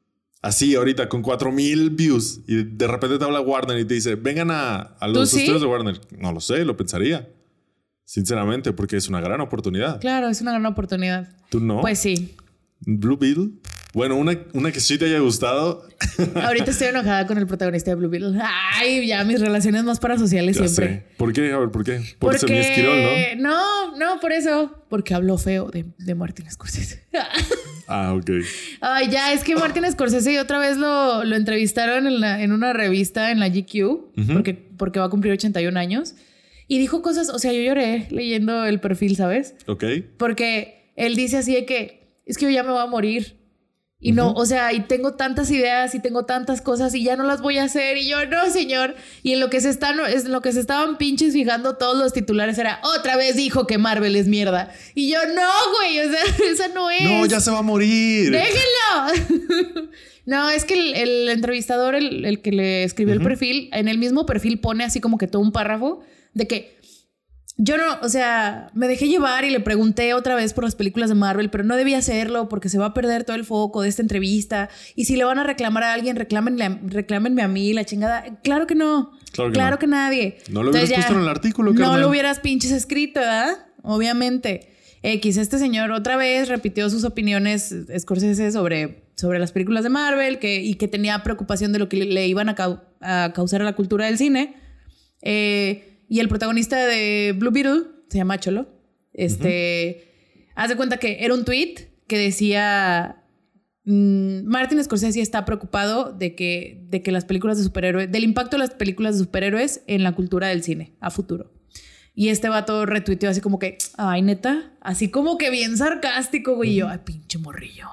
Así ahorita con cuatro mil views y de repente te habla Warner y te dice, vengan a, a los sí? estudios de Warner. No lo sé, lo pensaría. Sinceramente, porque es una gran oportunidad. Claro, es una gran oportunidad. ¿Tú no? Pues sí. Blue Beetle. Bueno, una, una que sí te haya gustado. Ahorita estoy enojada con el protagonista de Blue Beetle. Ay, ya mis relaciones más parasociales Ya siempre. sé. ¿Por qué? A ver, ¿por qué? Por Porque... ser mi esquirol, ¿no? No, no, por eso. Porque habló feo de, de Martin Scorsese. Ah, ok. Ay, ya, es que Martin Scorsese otra vez lo, lo entrevistaron en, la, en una revista en la G Q, uh-huh. porque, porque va a cumplir ochenta y un años. Y dijo cosas, o sea, yo lloré leyendo el perfil, ¿sabes? Ok. Porque él dice así de que, es que yo ya me voy a morir. Y no, uh-huh. o sea, y tengo tantas ideas y tengo tantas cosas y ya no las voy a hacer. Y yo, no, señor. Y en lo que se están, en lo que se estaban pinches fijando todos los titulares era, otra vez dijo que Marvel es mierda. Y yo, no, güey, o sea, esa no es. No, ya se va a morir. ¡Déjenlo! No, es que el, el entrevistador, el, el que le escribió uh-huh. el perfil, en el mismo perfil pone así como que todo un párrafo de que yo no, o sea, me dejé llevar y le pregunté otra vez por las películas de Marvel, pero no debía hacerlo porque se va a perder todo el foco de esta entrevista. Y si le van a reclamar a alguien, reclámenle, reclámenme a mí, la chingada. Claro que no. Claro que, claro no. que nadie. No lo hubieras Entonces, puesto en el artículo, carnal. No lo hubieras pinches escrito, ¿verdad? Obviamente. X, este señor otra vez repitió sus opiniones Scorsese sobre, sobre las películas de Marvel que, y que tenía preocupación de lo que le, le iban a, cau- a causar a la cultura del cine. Eh... Y el protagonista de Blue Beetle se llama Cholo. Este, uh-huh. haz de cuenta que era un tweet que decía mmm, Martin Scorsese está preocupado de que, de que las películas de superhéroes, del impacto de las películas de superhéroes en la cultura del cine a futuro. Y este vato retuiteó así como que, ay, neta, así como que bien sarcástico, güey. Uh-huh. Y yo, ay, pinche morrillo.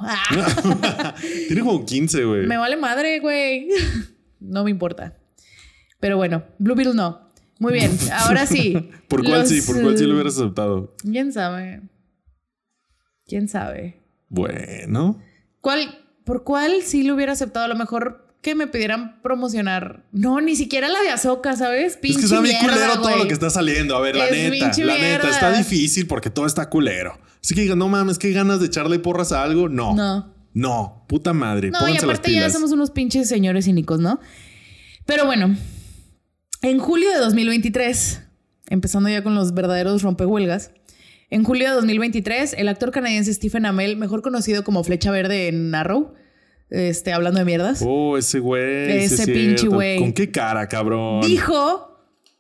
Tiene como quince, güey. Me vale madre, güey. No me importa. Pero bueno, Blue Beetle no. Muy bien, ahora sí. ¿Por cuál los, sí? ¿Por cuál sí lo hubieras aceptado? ¿Quién sabe? ¿Quién sabe? Bueno. ¿Cuál, ¿Por cuál sí lo hubiera aceptado? A lo mejor que me pidieran promocionar. No, ni siquiera la de Ahsoka, ¿sabes? Pinche es que está bien mierda, culero güey. todo lo que está saliendo. A ver, la es neta, la mierda. neta. Está difícil porque todo está culero. Así que digan, no mames, ¿qué ganas de echarle porras a algo? No. No. No, puta madre. No, y aparte ya somos unos pinches señores cínicos, ¿no? Pero bueno... En julio de dos mil veintitrés, empezando ya con los verdaderos rompehuelgas, en julio de dos mil veintitrés, el actor canadiense Stephen Amell, mejor conocido como Flecha Verde en Arrow, este, hablando de mierdas. Oh, ese güey. Ese sí pinche güey. ¿Con qué cara, cabrón? Dijo...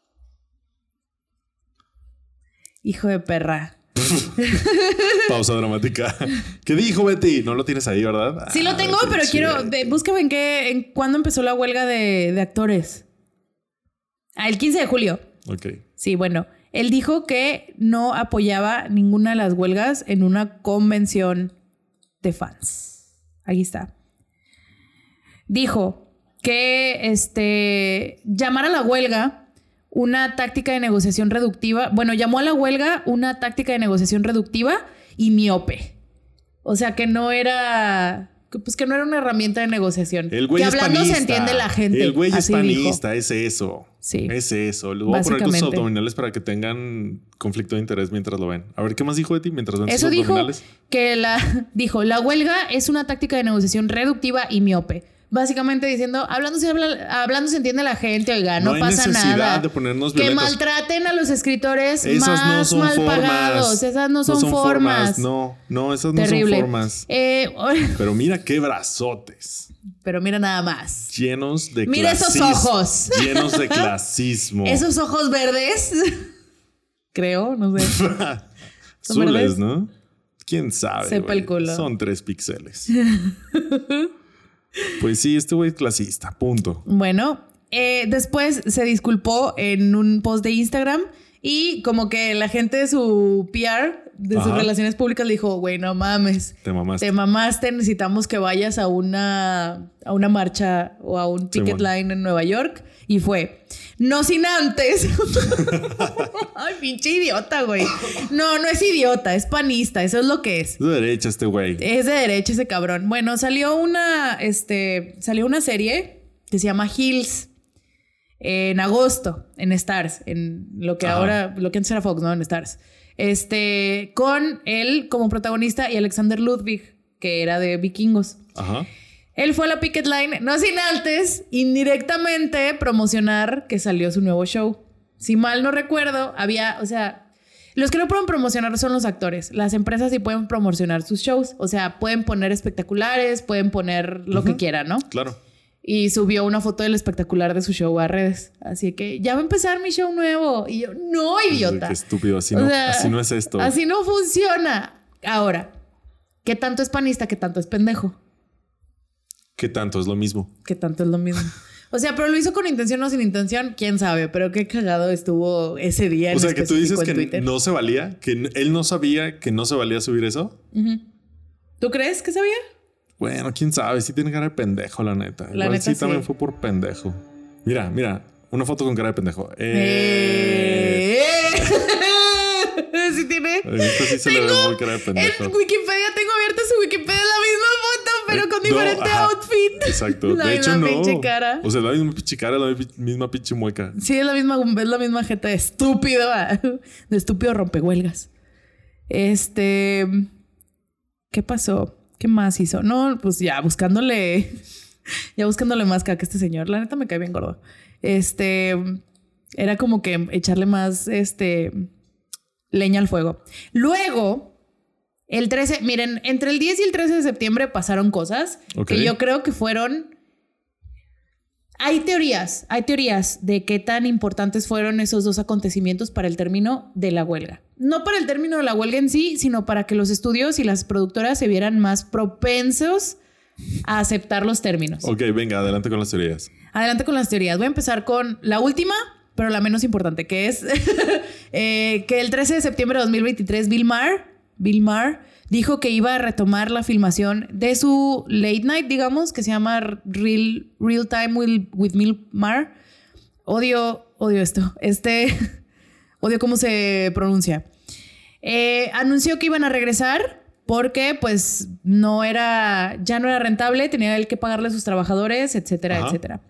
Hijo de perra. Pausa dramática. ¿Qué dijo Betty? No lo tienes ahí, ¿verdad? Sí lo tengo, ah, pero quiero... De, búscame en qué... En cuándo empezó la huelga de, de actores. Ah, el quince de julio. Ok. Sí, bueno. Él dijo que no apoyaba ninguna de las huelgas en una convención de fans. Aquí está. Dijo que este, llamar a la huelga una táctica de negociación reductiva. Bueno, llamó a la huelga una táctica de negociación reductiva y miope. O sea, que no era... Pues que no era una herramienta de negociación. El güey que es hablando panista. se entiende la gente. El güey es así panista, dijo. es eso. Sí. Es eso. Les voy a poner tus abdominales para que tengan conflicto de interés mientras lo ven. A ver, ¿qué más dijo de ti mientras ven tus eso dijo abdominales? Que la... Dijo, la huelga es una táctica de negociación reductiva y miope. Básicamente diciendo, hablando se, habla, hablando se entiende la gente, oiga, no, no pasa nada. No hay necesidad de ponernos que violentos. maltraten a los escritores esas más no son mal formas. pagados. Esas no son, no son formas. formas. No, no, esas no Terrible. son formas. Eh, Pero mira qué brazotes. Pero mira nada más. Llenos de mira clasismo. Mira esos ojos. Llenos de clasismo. Esos ojos verdes. Creo, no sé. Azules, verdes? ¿no? ¿Quién sabe? Sepa el culo. Son tres píxeles. Pues sí, este güey es clasista, punto. Bueno, eh, después se disculpó en un post de Instagram y como que la gente de su P R, de Ajá. sus relaciones públicas, le dijo, güey, no mames. Te mamaste. Te mamaste, necesitamos que vayas a una, a una marcha o a un picket sí, line en Nueva York. Y fue, no sin antes. Ay, pinche idiota, güey. No, no es idiota, es panista, eso es lo que es. Es de derecha este güey. Es de derecha ese cabrón. Bueno, salió una, este, salió una serie que se llama Hills en agosto en Stars, en lo que Ajá. ahora, lo que antes era Fox, ¿no? En Stars. Este, con él como protagonista y Alexander Ludwig, que era de Vikingos. Ajá. Él fue a la picket line, no sin antes, indirectamente promocionar que salió su nuevo show. Si mal no recuerdo, había, o sea, los que no pueden promocionar son los actores. Las empresas sí pueden promocionar sus shows. O sea, pueden poner espectaculares, pueden poner lo uh-huh. que quieran, ¿no? Claro. Y subió una foto del espectacular de su show a redes. Así que ya va a empezar mi show nuevo. Y yo, no, idiota. Qué estúpido, así no, o sea, así no es esto. Así no funciona. Ahora, ¿qué tanto es panista? ¿Qué tanto es pendejo? ¿Qué tanto es lo mismo? ¿Qué tanto es lo mismo? O sea, pero lo hizo con intención o sin intención, quién sabe, pero qué cagado estuvo ese día. O sea, que tú dices que Twitter. No se valía, que él no sabía que no se valía subir eso. Uh-huh. ¿Tú crees que sabía? Bueno, quién sabe, sí tiene cara de pendejo, la neta. La Igual neta sí, sí también fue por pendejo. Mira, mira, una foto con cara de pendejo. Eh. Eh. ¿Sí tiene? Esto sí se tengo, le ve muy cara de pendejo. En Wikipedia tengo abierta su Wikipedia la misma foto, pero con diferente no, outfit. Exacto. La de hecho, no. Pinche cara. O sea, la misma pinche cara, la misma pinche mueca. Sí, es la misma, es la misma jeta de estúpido, de estúpido rompehuelgas. Este. ¿Qué pasó? ¿Qué más hizo? No, pues ya buscándole. Ya buscándole más caca a este señor. La neta me cae bien gordo. Este. Era como que echarle más este leña al fuego. Luego, el trece, miren, entre el diez y el trece de septiembre pasaron cosas okay. que yo creo que fueron. Hay teorías, hay teorías de qué tan importantes fueron esos dos acontecimientos para el término de la huelga. No para el término de la huelga en sí, sino para que los estudios y las productoras se vieran más propensos a aceptar los términos. Ok, venga, adelante con las teorías. Adelante con las teorías. Voy a empezar con la última, pero la menos importante, que es eh, que el trece de septiembre de dos mil veintitrés, Bill Maher, Bill Maher dijo que iba a retomar la filmación de su late night, digamos, que se llama Real, Real Time with, with Bill Maher. Odio, odio esto. Este, odio cómo se pronuncia. Eh, anunció que iban a regresar porque, pues, no era, ya no era rentable, tenía él que pagarle a sus trabajadores, etcétera, Ajá. etcétera.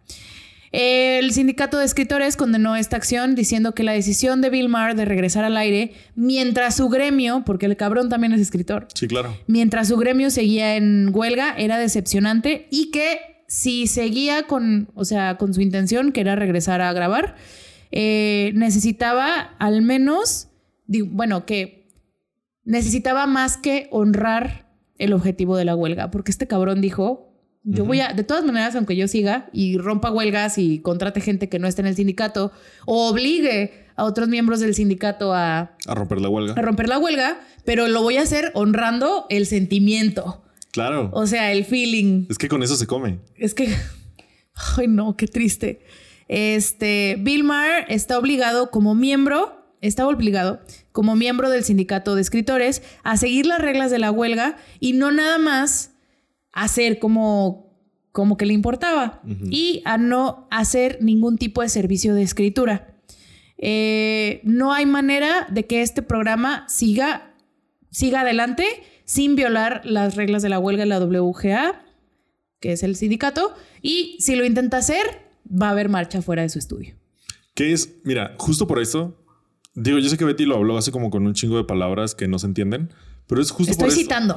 El sindicato de escritores condenó esta acción diciendo que la decisión de Bill Maher de regresar al aire mientras su gremio, porque el cabrón también es escritor, sí, claro, mientras su gremio seguía en huelga, era decepcionante y que si seguía con, o sea, con su intención, que era regresar a grabar, eh, necesitaba al menos, digo, bueno, que necesitaba más que honrar el objetivo de la huelga, porque este cabrón dijo... Yo uh-huh. voy a, de todas maneras, aunque yo siga y rompa huelgas y contrate gente que no esté en el sindicato o obligue a otros miembros del sindicato a... A romper la huelga. A romper la huelga, pero lo voy a hacer honrando el sentimiento. Claro. O sea, el feeling. Es que con eso se come. Es que... Ay, no, qué triste. Este, Bill Maher está obligado como miembro... Está obligado como miembro del sindicato de escritores a seguir las reglas de la huelga y no nada más... hacer como, como que le importaba uh-huh. y a no hacer ningún tipo de servicio de escritura. Eh, no hay manera de que este programa siga, siga adelante sin violar las reglas de la huelga de la W G A, que es el sindicato, y si lo intenta hacer, va a haber marcha fuera de su estudio. ¿Qué es? Mira, justo por eso, digo, yo sé que Betty lo habló así como con un chingo de palabras que no se entienden, pero es justo Estoy por eso. citando.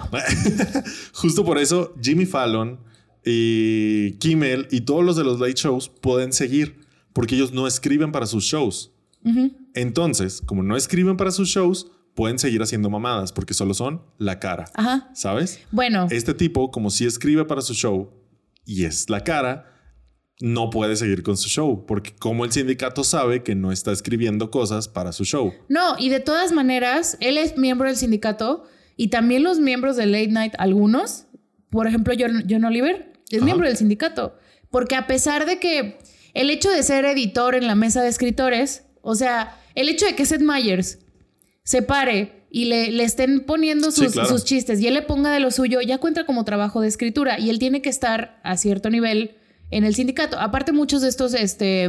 Justo por eso, Jimmy Fallon y Kimmel y todos los de los late shows pueden seguir porque ellos no escriben para sus shows. Uh-huh. Entonces, como no escriben para sus shows, pueden seguir haciendo mamadas porque solo son la cara. Ajá. ¿Sabes? Bueno. Este tipo, como si escribe para su show y es la cara, no puede seguir con su show porque como el sindicato sabe que no está escribiendo cosas para su show. No, y de todas maneras, él es miembro del sindicato. Y también los miembros de Late Night, algunos, por ejemplo, John, John Oliver, es Ajá. miembro del sindicato. Porque a pesar de que el hecho de ser editor en la mesa de escritores, o sea, el hecho de que Seth Meyers se pare y le, le estén poniendo sus, sí, claro. sus chistes y él le ponga de lo suyo, ya cuenta como trabajo de escritura y él tiene que estar a cierto nivel en el sindicato. Aparte, muchos de estos este,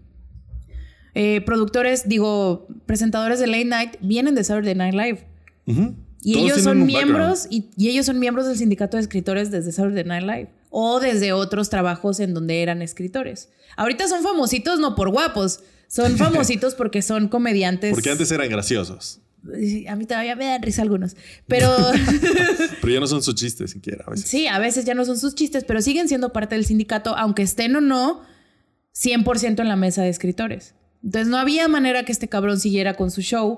eh, productores, digo, presentadores de Late Night vienen de Saturday Night Live. Uh-huh. Y ellos son miembros y, y ellos son miembros del sindicato de escritores desde Saturday Night Live o desde otros trabajos en donde eran escritores. Ahorita son famositos no por guapos, son famositos porque son comediantes. Porque antes eran graciosos. A mí todavía me dan risa algunos. Pero... pero ya no son sus chistes siquiera a veces. Sí, a veces ya no son sus chistes, pero siguen siendo parte del sindicato, aunque estén o no cien por ciento en la mesa de escritores. Entonces no había manera que este cabrón siguiera con su show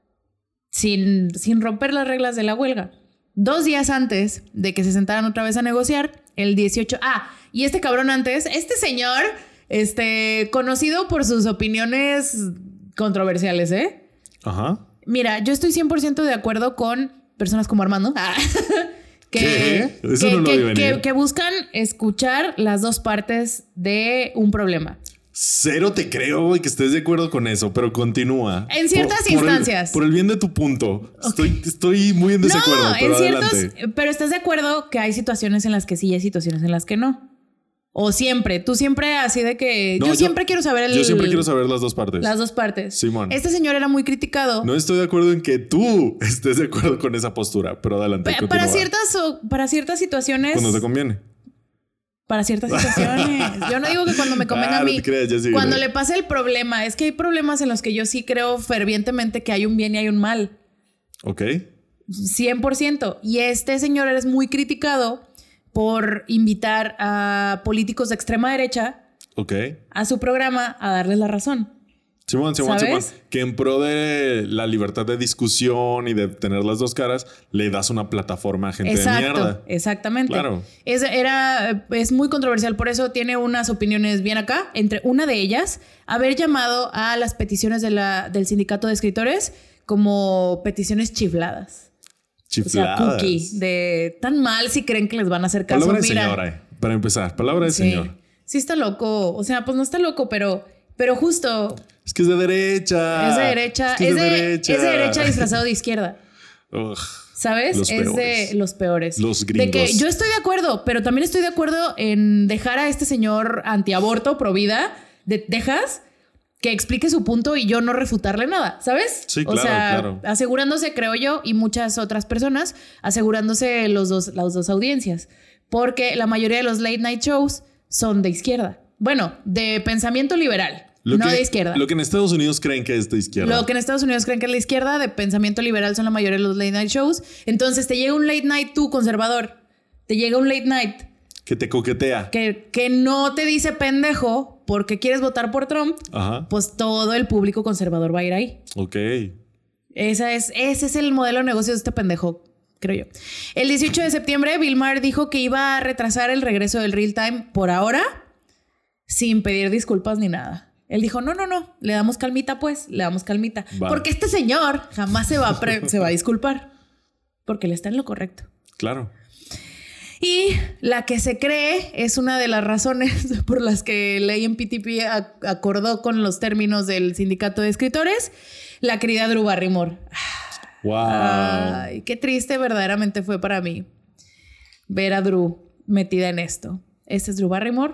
sin, sin romper las reglas de la huelga. Dos días antes de que se sentaran otra vez a negociar, el dieciocho... Ah, y este cabrón antes, este señor, este, conocido por sus opiniones controversiales, ¿eh? Ajá. Mira, yo estoy cien por ciento de acuerdo con personas como Armando. Ah, que, ¿Qué? Eso que, no lo que, vi venir. que, que buscan escuchar las dos partes de un problema. Cero te creo, güey, que estés de acuerdo con eso, pero continúa. En ciertas por, instancias. Por el, por el bien de tu punto. Estoy, estoy muy en desacuerdo, No, pero en ciertos... adelante. Pero estás de acuerdo que hay situaciones en las que sí y hay situaciones en las que no. O siempre. Tú siempre así de que... No, yo, yo- siempre quiero saber el... Yo siempre quiero saber las dos partes. las dos partes. Simón. Este señor era muy criticado. No estoy de acuerdo en que tú estés de acuerdo con esa postura, pero adelante. Pa- para, continúa. ciertas, o- para ciertas situaciones... Cuando te conviene. Para ciertas situaciones. Yo no digo que cuando me convenga Ah, a no mí. te creas, ya sí, Cuando güey. le pase el problema. Es que hay problemas en los que yo sí creo fervientemente que hay un bien y hay un mal. Ok. cien por ciento. Y este señor es muy criticado por invitar a políticos de extrema derecha Ok. a su programa a darles la razón. Simón, Simón, ¿Sabes? Simón. Que en pro de la libertad de discusión y de tener las dos caras, le das una plataforma a gente de Exacto, mierda. exactamente. Claro. Es, era, es muy controversial, por eso tiene unas opiniones bien acá. Entre una de ellas, haber llamado a las peticiones de la, del sindicato de escritores como peticiones chifladas. Chifladas. O sea, cookie, de tan mal si creen que les van a hacer caso. Palabra de Mira, señora, eh. Para empezar, palabra de sí, señor. sí está loco. O sea, pues no está loco, pero, pero justo Es que es de derecha. es de derecha. Es, que Es, es de, de derecha. es de derecha disfrazado de izquierda. Ugh. ¿Sabes? Los es de peores. los peores. Los De gringos. que yo estoy de acuerdo, pero también estoy de acuerdo en dejar a este señor antiaborto, pro vida de Texas, que explique su punto y yo no refutarle nada, ¿sabes? Sí, o claro, sea, claro. asegurándose, creo yo, y muchas otras personas, asegurándose los dos, las dos audiencias. Porque la mayoría de los late night shows son de izquierda. Bueno, de pensamiento liberal, Lo no que, de izquierda. Lo que en Estados Unidos creen que es de izquierda. Lo que en Estados Unidos creen que es la izquierda, de pensamiento liberal, son la mayoría de los late night shows. Entonces te llega un late night tú, conservador. Te llega un late night Que te coquetea. que, que no te dice pendejo porque quieres votar por Trump. Ajá. Pues todo el público conservador va a ir ahí. Ok. Esa es, ese es el modelo de negocio de este pendejo, creo yo. El dieciocho de septiembre, Bill Maher dijo que iba a retrasar el regreso del real time por ahora, sin pedir disculpas ni nada. Él dijo, no, no, no, le damos calmita pues, le damos calmita. Va. Porque este señor jamás se va, a pre- se va a disculpar. Porque él está en lo correcto. Claro. Y la que se cree es una de las razones por las que el A M P T P a- acordó con los términos del sindicato de escritores, la querida Drew Barrymore. Wow. Ay, qué triste verdaderamente fue para mí ver a Drew metida en esto. Esta es Drew Barrymore,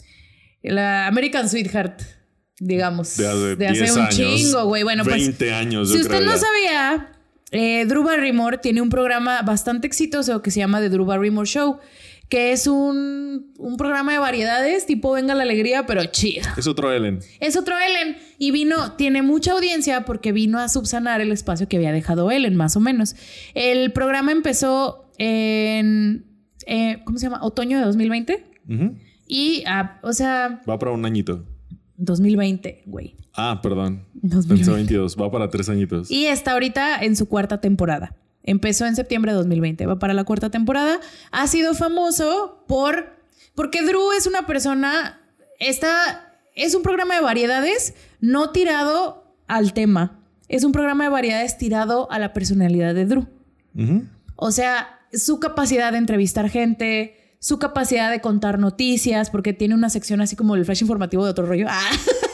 la American Sweetheart, digamos, De hace, de hace diez un años, chingo, güey. Bueno, pues veinte años, yo si usted creo no ya. sabía, eh, Drew Barrymore tiene un programa bastante exitoso que se llama The Drew Barrymore Show, que es un, un programa de variedades tipo Venga la Alegría, pero chido. Es otro Ellen. Es otro Ellen y vino, tiene mucha audiencia porque vino a subsanar el espacio que había dejado Ellen, más o menos. El programa empezó en, eh, ¿cómo se llama? Otoño de dos mil veinte. Ujú. Y, ah, o sea, Va para un añito. dos mil veinte, güey. Ah, perdón. dos mil Pensé veinte. veintidós. Va para tres añitos. Y está ahorita en su cuarta temporada. Empezó en septiembre de dos mil veinte. Va para la cuarta temporada. Ha sido famoso por... Porque Drew es una persona... Esta es un programa de variedades no tirado al tema. Es un programa de variedades tirado a la personalidad de Drew. Ujú. O sea, su capacidad de entrevistar gente, su capacidad de contar noticias, porque tiene una sección así como el flash informativo de otro rollo. Ah.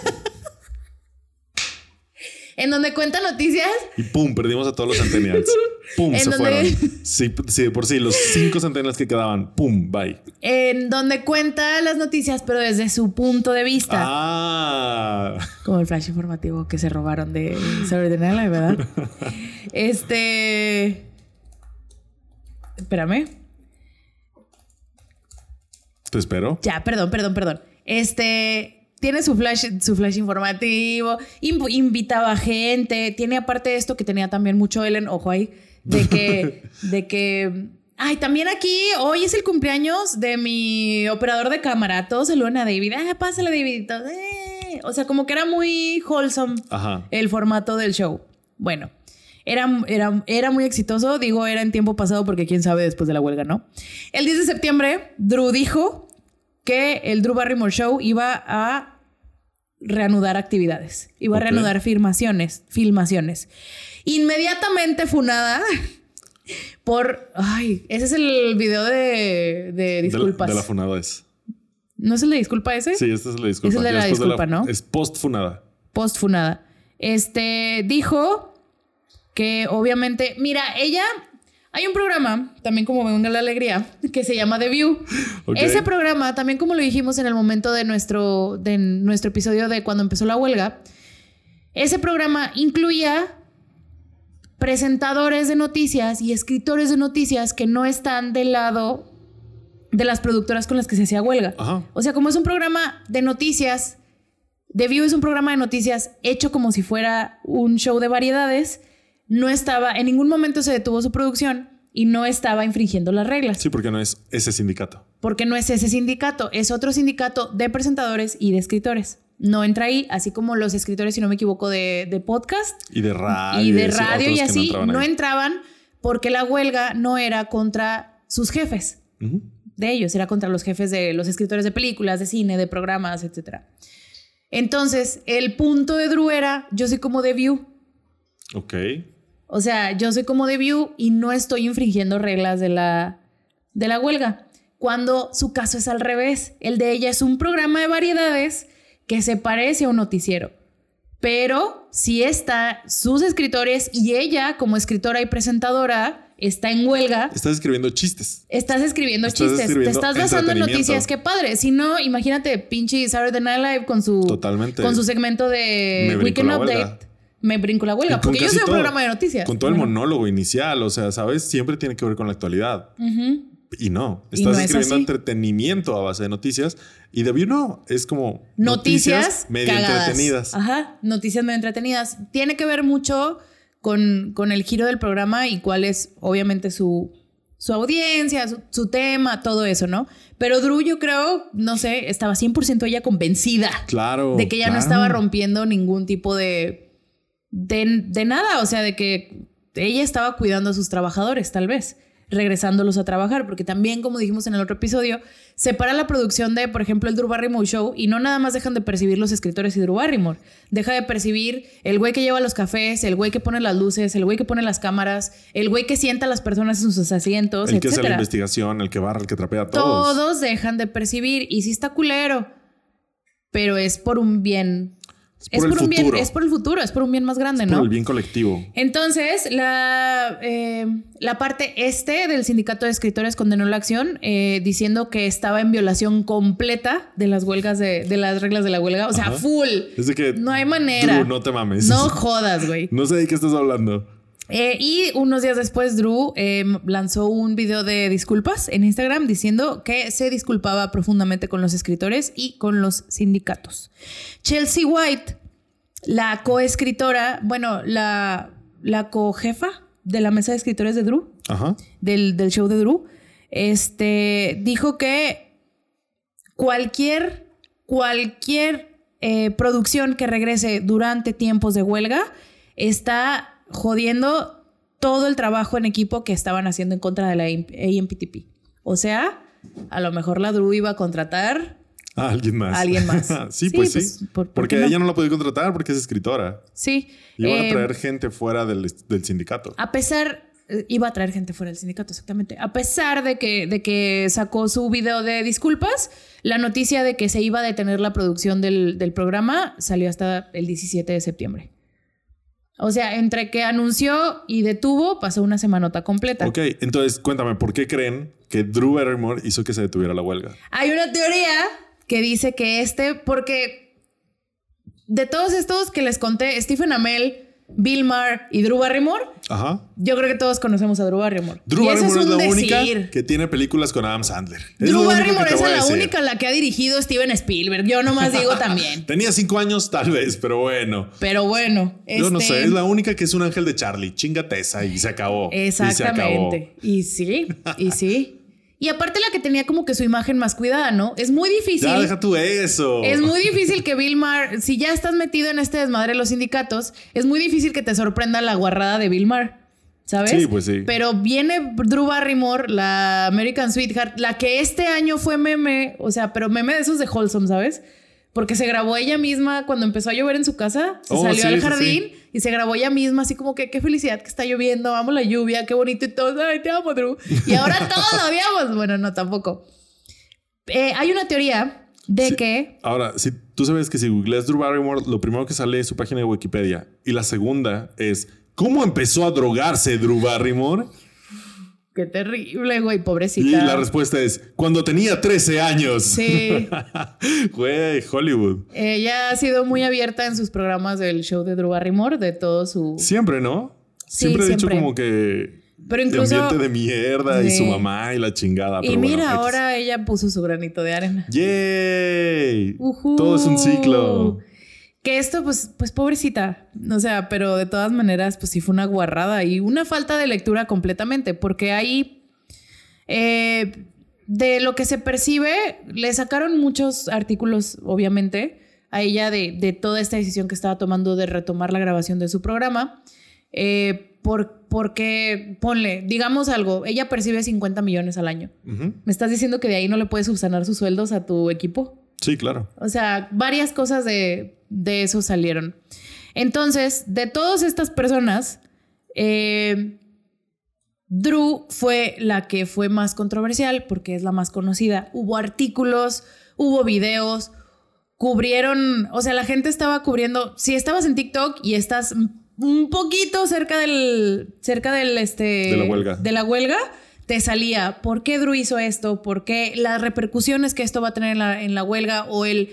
En donde cuenta noticias. Y pum, perdimos a todos los centennials. Pum, ¿En se dónde? fueron. Sí, sí, de por sí, los cinco centennials que quedaban. Pum, bye. En donde cuenta las noticias, pero desde su punto de vista. Ah. Como el flash informativo que se robaron de Saturday Night Live, ¿verdad? Este... Espérame. Te espero. Ya, perdón, perdón, perdón. Este... tiene su flash, su flash informativo, inv- invitaba gente, tiene aparte de esto que tenía también mucho Ellen, ojo ahí, de que, de que, ay, también aquí, hoy es el cumpleaños de mi operador de cámara, todos saludan a David, ah, pásale David, eh. O sea, como que era muy wholesome Ajá. el formato del show. Bueno, era, era, era muy exitoso, digo, era en tiempo pasado porque quién sabe después de la huelga, ¿no? El diez de septiembre, Drew dijo que el Drew Barrymore Show iba a reanudar actividades. Iba okay. a reanudar filmaciones, filmaciones. Inmediatamente funada por... Ay, ese es el video de, de disculpas. De la, de la funada es. ¿No es el de disculpa ese? Sí, este es el de disculpa. Ese es el de la disculpa, de la, ¿no? Es post funada. Post funada. Este, dijo que obviamente... Mira, ella... Hay un programa, también como Venga la Alegría, que se llama The View. Okay. Ese programa, también como lo dijimos en el momento de nuestro, de nuestro episodio de cuando empezó la huelga, ese programa incluía presentadores de noticias y escritores de noticias que no están del lado de las productoras con las que se hacía huelga. Ajá. O sea, como es un programa de noticias, The View es un programa de noticias hecho como si fuera un show de variedades. No estaba, en ningún momento se detuvo su producción y no estaba infringiendo las reglas. Sí, porque no es ese sindicato. Porque no es ese sindicato, es otro sindicato de presentadores y de escritores. No entra ahí, así como los escritores, si no me equivoco, de, de podcast. Y de radio. Y de radio y así, no, no entraban porque la huelga no era contra sus jefes. Uh-huh. De ellos, era contra los jefes de los escritores de películas, de cine, de programas, etcétera. Entonces, el punto de Drew era, yo soy como The View. Ok. O sea, yo soy como The View y no estoy infringiendo reglas de la, de la huelga. Cuando su caso es al revés. El de ella es un programa de variedades que se parece a un noticiero. Pero sí está sus escritores y ella, como escritora y presentadora, está en huelga. Estás escribiendo chistes. Estás escribiendo estás chistes. Escribiendo Te estás basando en noticias. Qué padre. Si no, imagínate pinche Saturday Night Live con su, Totalmente. Con su segmento de Weekend Update. Me brinco la huelga, porque yo soy un todo, programa de noticias. Con todo bueno. el monólogo inicial, o sea, ¿sabes? Siempre tiene que ver con la actualidad. Uh-huh. Y no, estás y no escribiendo entretenimiento a base de noticias. Y The View no, es como noticias, noticias medio cagadas. entretenidas. Ajá, noticias medio entretenidas. Tiene que ver mucho con, con el giro del programa y cuál es, obviamente, su, su audiencia, su, su tema, todo eso, ¿no? Pero Drew, yo creo, no sé, estaba cien por ciento ella convencida. Claro. De que ella claro. no estaba rompiendo ningún tipo de... De, de nada, o sea, de que ella estaba cuidando a sus trabajadores, tal vez, regresándolos a trabajar, porque también, como dijimos en el otro episodio, separa la producción de, por ejemplo, el Drew Barrymore Show y no nada más dejan de percibir los escritores y Drew Barrymore, deja de percibir el güey que lleva los cafés, el güey que pone las luces, el güey que pone las cámaras, el güey que sienta a las personas en sus asientos, el que etcétera. hace la investigación, el que barra, el que trapea, todos. Todos dejan de percibir y sí está culero, pero es por un bien... Es por, es por el un futuro. bien, es por el futuro, es por un bien más grande, es ¿no? Por el bien colectivo. Entonces, la, eh, la parte este del sindicato de escritores condenó la acción eh, diciendo que estaba en violación completa de las huelgas de, de las reglas de la huelga. O sea, Ajá. full. Es de que no hay manera. Drew, no te mames. No jodas, güey. No sé de qué estás hablando. Eh, y unos días después, Drew eh, lanzó un video de disculpas en Instagram diciendo que se disculpaba profundamente con los escritores y con los sindicatos. Chelsea White, la coescritora, bueno, la, la cojefa de la mesa de escritores de Drew, Ajá. Del, del show de Drew, este, dijo que cualquier, cualquier eh, producción que regrese durante tiempos de huelga está jodiendo todo el trabajo en equipo que estaban haciendo en contra de la A M P T P. O sea, a lo mejor la Drew iba a contratar a alguien más. A alguien más. sí, sí, pues, pues sí. ¿por, por porque no? Ella no la podía contratar porque es escritora. Sí. Iban eh, a traer gente fuera del, del sindicato. A pesar... Iba a traer gente fuera del sindicato, exactamente. A pesar de que, de que sacó su video de disculpas, la noticia de que se iba a detener la producción del, del programa salió hasta el diecisiete de septiembre. O sea, entre que anunció y detuvo, pasó una semanota completa. Ok, entonces cuéntame, ¿por qué creen que Drew Barrymore hizo que se detuviera la huelga? Hay una teoría que dice que este, porque de todos estos que les conté, Stephen Amell Bill Maher y Drew Barrymore. Ajá. Yo creo que todos conocemos a Drew Barrymore. Drew Y ese Barrymore es, un la decir. única que tiene películas con Adam Sandler. Es Drew lo único que Barrymore te es voy a la decir. única la que ha dirigido Steven Spielberg. Yo nomás digo también. Tenía cinco años tal vez, pero bueno. Pero bueno. Yo no este, sé, es la única que es un ángel de Charlie. Chingate esa y se acabó. Exactamente. Y, Y se acabó. sí, y sí. Y aparte la que tenía como que su imagen más cuidada, ¿no? Es muy difícil. Ya, deja tú eso. Es muy difícil que Bill Maher, si ya estás metido en este desmadre de los sindicatos, es muy difícil que te sorprenda la guarrada de Bill Maher, ¿sabes? Sí, pues sí. Pero viene Drew Barrymore, la American Sweetheart, la que este año fue meme, o sea, pero meme de esos de Wholesome, ¿sabes? Porque se grabó ella misma cuando empezó a llover en su casa. Se Oh, salió sí, al sí, jardín sí. y se grabó ella misma, así como que qué felicidad que está lloviendo, amo la lluvia, qué bonito y todo. Ay, te amo, Drew. Y ahora todos lo odiamos. Bueno, no, tampoco. Eh, hay una teoría de Sí. que... Ahora, si tú sabes que si googleas Drew Barrymore, lo primero que sale es su página de Wikipedia. Y la segunda es, ¿cómo empezó a drogarse Drew Barrymore? Qué terrible, güey, pobrecita. Y la respuesta es, cuando tenía trece años. Sí. Güey, Hollywood. Ella ha sido muy abierta en sus programas del show de Drew Barrymore, de todo su... Siempre, ¿no? Sí, siempre he dicho siempre. como que... Pero incluso... ambiente de mierda y Sí. su mamá y la chingada. Y pero mira, bueno, X. ahora ella puso su granito de arena. ¡Yay! Ujú. Todo es un ciclo. Que esto, pues, pues pobrecita. O sea, pero de todas maneras, pues sí fue una guarrada y una falta de lectura completamente. Porque ahí, eh, de lo que se percibe, le sacaron muchos artículos, obviamente, a ella de, de toda esta decisión que estaba tomando de retomar la grabación de su programa. Eh, por, porque, ponle, digamos algo, ella percibe cincuenta millones al año. Ujú. ¿Me estás diciendo que de ahí no le puedes subsanar sus sueldos a tu equipo? Sí, claro. O sea, varias cosas de, de eso salieron. Entonces, de todas estas personas, eh, Drew fue la que fue más controversial porque es la más conocida. Hubo artículos, hubo videos, cubrieron, o sea, la gente estaba cubriendo. Si estabas en TikTok y estás un poquito cerca del, cerca del, este, De la huelga. de la huelga, te salía por qué Drew hizo esto, por qué las repercusiones que esto va a tener en la, en la huelga, o el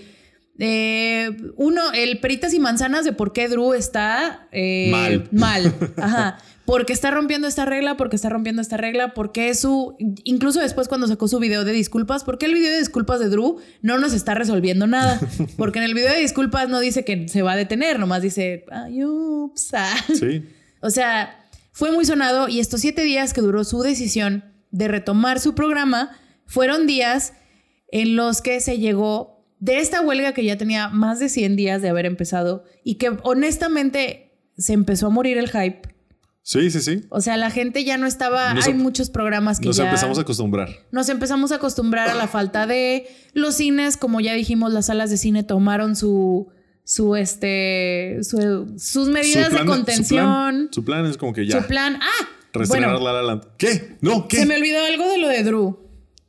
eh, uno, el peritas y manzanas de por qué Drew está eh, Mal. mal. Ajá. Porque está rompiendo esta regla, porque está rompiendo esta regla, porque su... Incluso después cuando sacó su video de disculpas, ¿por qué el video de disculpas de Drew no nos está resolviendo nada? Porque en el video de disculpas no dice que se va a detener, nomás dice, ay, ups. ah". Sí. O sea, fue muy sonado y estos siete días que duró su decisión de retomar su programa fueron días en los que se llegó de esta huelga que ya tenía más de cien días de haber empezado y que honestamente se empezó a morir el hype. Sí, sí, sí. O sea, la gente ya no estaba... Nos hay em- muchos programas que Nos ya... empezamos a acostumbrar. Nos empezamos a acostumbrar a la falta de los cines. Como ya dijimos, las salas de cine tomaron su... su este... su- sus medidas Su plan- de contención. Su plan, su plan es como que ya. Su plan... ¡Ah! Restrenar Bueno, La La Land. ¿Qué? No, ¿qué? se me olvidó algo de lo de Drew.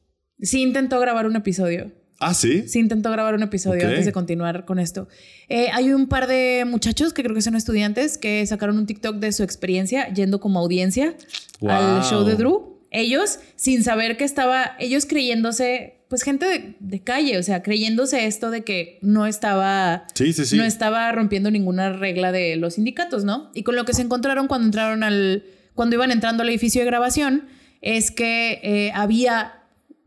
Sí intentó grabar un episodio. Ah, ¿sí? Sí intentó grabar un episodio Ok. antes de continuar con esto. Eh, hay un par de muchachos que creo que son estudiantes que sacaron un TikTok de su experiencia yendo como audiencia Wow. al show de Drew. Ellos, sin saber que estaba... Ellos creyéndose... Pues gente de, de calle. O sea, creyéndose esto de que no estaba... Sí, sí, sí. No estaba rompiendo ninguna regla de los sindicatos, ¿no? Y con lo que se encontraron cuando entraron al... Cuando iban entrando al edificio de grabación es que eh, había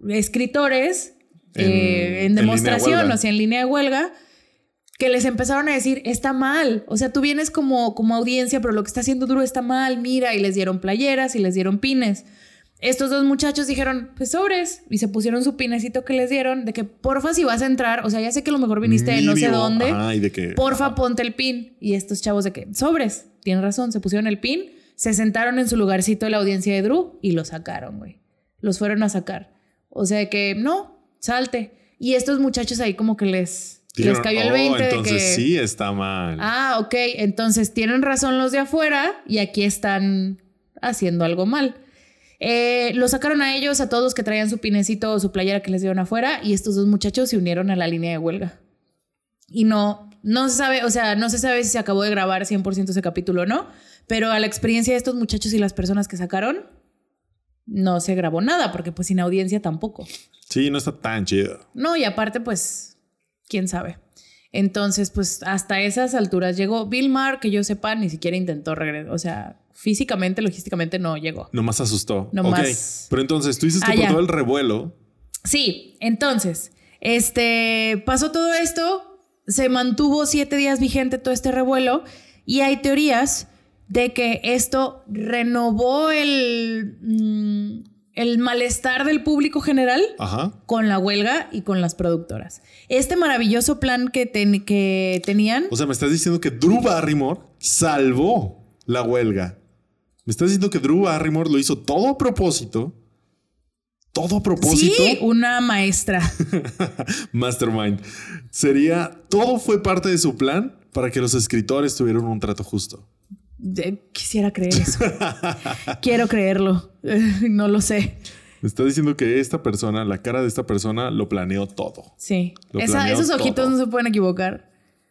escritores En- eh, en en línea de demostración, huelga. o sea, en línea de huelga, que les empezaron a decir, está mal. O sea, tú vienes como, como audiencia, pero lo que está haciendo Drew está mal, mira, y les dieron playeras y les dieron pines. Estos dos muchachos dijeron, pues sobres, y se pusieron su pinecito que les dieron, de que porfa si vas a entrar, o sea, ya sé que a lo mejor viniste de no sé Mínimo. dónde, Ajá, y de que... porfa ponte el pin. Y estos chavos de que, sobres, tienen razón, se pusieron el pin, se sentaron en su lugarcito de la audiencia de Drew y lo sacaron, güey. Los fueron a sacar. O sea, que no, salte. Y estos muchachos ahí como que les, Dijeron, les cayó el "Oh, veinte de entonces que... sí está mal. Ah, ok. Entonces tienen razón los de afuera y aquí están haciendo algo mal. Eh, lo sacaron a ellos, a todos que traían su pinecito o su playera que les dieron afuera, y estos dos muchachos se unieron a la línea de huelga. Y no, no se sabe, o sea, no se sabe si se acabó de grabar cien por ciento ese capítulo o no, pero a la experiencia de estos muchachos y las personas que sacaron, no se grabó nada, porque pues sin audiencia tampoco. Sí, no está tan chido. No, y aparte, pues, quién sabe. Entonces, pues hasta esas alturas llegó. Bill Maher, que yo sepa, ni siquiera intentó regresar. O sea, físicamente, logísticamente no llegó. Nomás asustó. Nomás. Ok. Pero entonces, tú dices que Ah, por ya. todo el revuelo... Sí, entonces, este, pasó todo esto, se mantuvo siete días vigente todo este revuelo y hay teorías de que esto renovó el, mm, el malestar del público general Ajá. con la huelga y con las productoras. Este maravilloso plan que, ten- que tenían... O sea, me estás diciendo que Drew Barrymore salvó la huelga. Me estás diciendo que Drew Barrymore lo hizo todo a propósito. Todo a propósito. Sí, una maestra. Mastermind. Sería... Todo fue parte de su plan para que los escritores tuvieran un trato justo. Eh, Quisiera creer eso. Quiero creerlo. Eh, No lo sé. Me está diciendo que esta persona, la cara de esta persona, lo planeó todo. Sí. Lo Esa- planeó esos ojitos todo. no se pueden equivocar.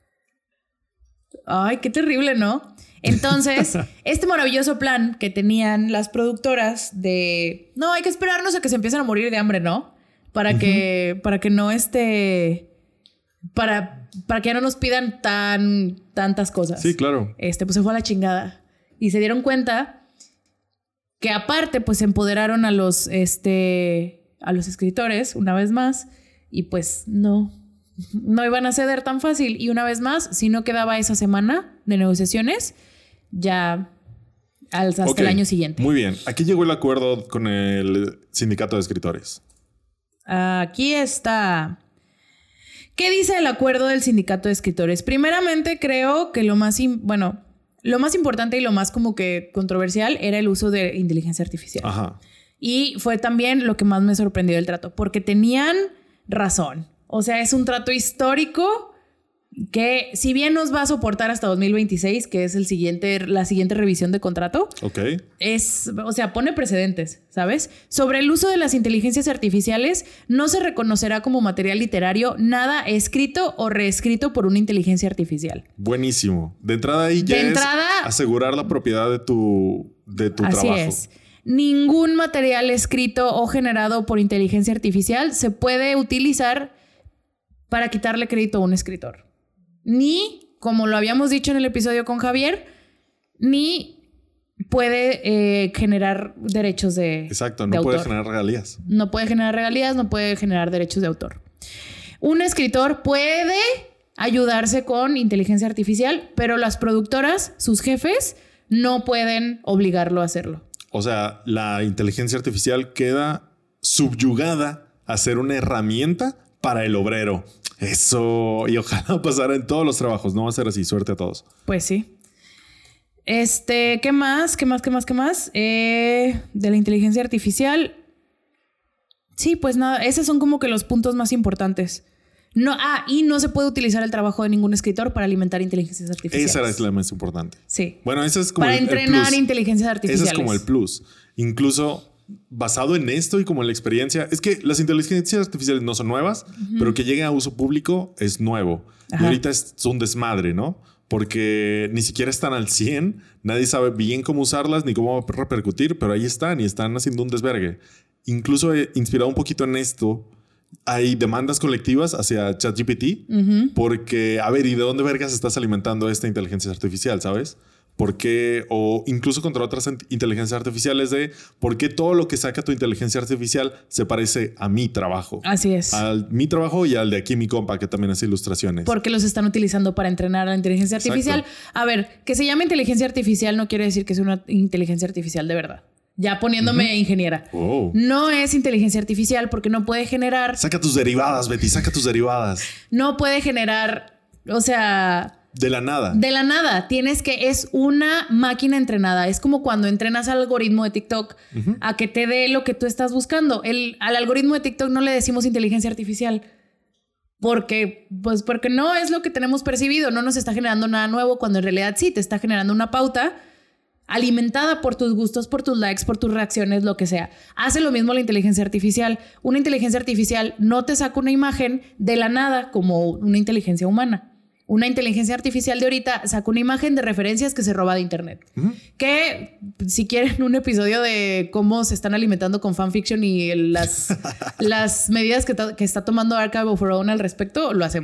Ay, qué terrible, ¿no? Entonces, este maravilloso plan que tenían las productoras de... No, hay que esperarnos a que se empiecen a morir de hambre, ¿no? Para que, para que no esté... Para, para que ya no nos pidan tan, tantas cosas. Sí, claro. Este, pues se fue a la chingada. Y se dieron cuenta que aparte, pues empoderaron a los, este, a los escritores una vez más. Y pues no, no iban a ceder tan fácil. Y una vez más, si no quedaba esa semana de negociaciones, ya al- hasta Ok, el año siguiente. Muy bien. Aquí llegó el acuerdo con el sindicato de escritores. Aquí está. ¿Qué dice el acuerdo del sindicato de escritores? Primeramente, creo que lo más, im- bueno, lo más importante y lo más como que controversial era el uso de inteligencia artificial. Ajá. Y fue también lo que más me sorprendió del trato, porque tenían razón. O sea, es un trato histórico que, si bien nos va a soportar hasta dos mil veintiséis, que es el siguiente, la siguiente revisión de contrato, Ok. es, o sea, pone precedentes, ¿sabes? Sobre el uso de las inteligencias artificiales, no se reconocerá como material literario nada escrito o reescrito por una inteligencia artificial. Buenísimo. De entrada ahí ya De es entrada- asegurar la propiedad de tu, de tu Así trabajo. es. Ningún material escrito o generado por inteligencia artificial se puede utilizar para quitarle crédito a un escritor. Ni, como lo habíamos dicho en el episodio con Javier, ni puede eh, generar derechos de Exacto. de No puede autor. generar regalías. No puede generar regalías, no puede generar derechos de autor. Un escritor puede ayudarse con inteligencia artificial, pero las productoras, sus jefes, no pueden obligarlo a hacerlo. O sea, la inteligencia artificial queda subyugada a ser una herramienta para el obrero. Eso. Y ojalá pasara en todos los trabajos. No va a ser así. Suerte a todos. Pues sí. Este, ¿qué más? ¿Qué más? ¿Qué más? ¿Qué más? Eh, de la inteligencia artificial. Sí, pues nada, esos son como que los puntos más importantes. No, ah, y no se puede utilizar el trabajo de ningún escritor para alimentar inteligencias artificiales. Esa es la más importante. Sí. Bueno, esa es como Para el, el entrenar plus. inteligencias artificiales. Ese es como el plus. Incluso basado en esto y como en la experiencia, es que las inteligencias artificiales no son nuevas, uh-huh. pero que lleguen a uso público es nuevo. Ajá. Y ahorita es un desmadre, ¿no? Porque ni siquiera están al cien, nadie sabe bien cómo usarlas ni cómo repercutir, pero ahí están y están haciendo un desvergue. Incluso he inspirado un poquito en esto. Hay demandas colectivas hacia ChatGPT uh-huh. porque, a ver, ¿y de dónde vergas estás alimentando esta inteligencia artificial, sabes? ¿Por qué? O incluso contra otras inteligencias artificiales de por qué todo lo que saca tu inteligencia artificial se parece a mi trabajo. Así es. A mi trabajo y al de aquí mi compa, que también hace ilustraciones. Porque los están utilizando para entrenar a la inteligencia artificial. Exacto. A ver, que se llame inteligencia artificial no quiere decir que es una inteligencia artificial de verdad. Ya poniéndome uh-huh. ingeniera. Oh. No es inteligencia artificial porque no puede generar... Saca tus derivadas, Betty. Saca tus derivadas. No puede generar... O sea... De la nada. De la nada. Tienes que... Es una máquina entrenada. Es como cuando entrenas al algoritmo de TikTok uh-huh. a que te dé lo que tú estás buscando. El, al algoritmo de TikTok no le decimos inteligencia artificial. Porque, pues porque no es lo que tenemos percibido. No nos está generando nada nuevo cuando en realidad sí te está generando una pauta alimentada por tus gustos, por tus likes, por tus reacciones, lo que sea. Hace lo mismo la inteligencia artificial. Una inteligencia artificial no te saca una imagen de la nada como una inteligencia humana. Una inteligencia artificial de ahorita saca una imagen de referencias que se roba de internet. Uh-huh. Que si quieren un episodio de cómo se están alimentando con fanfiction y las, las medidas que, to- que está tomando Archive of Our Own al respecto, lo hacemos.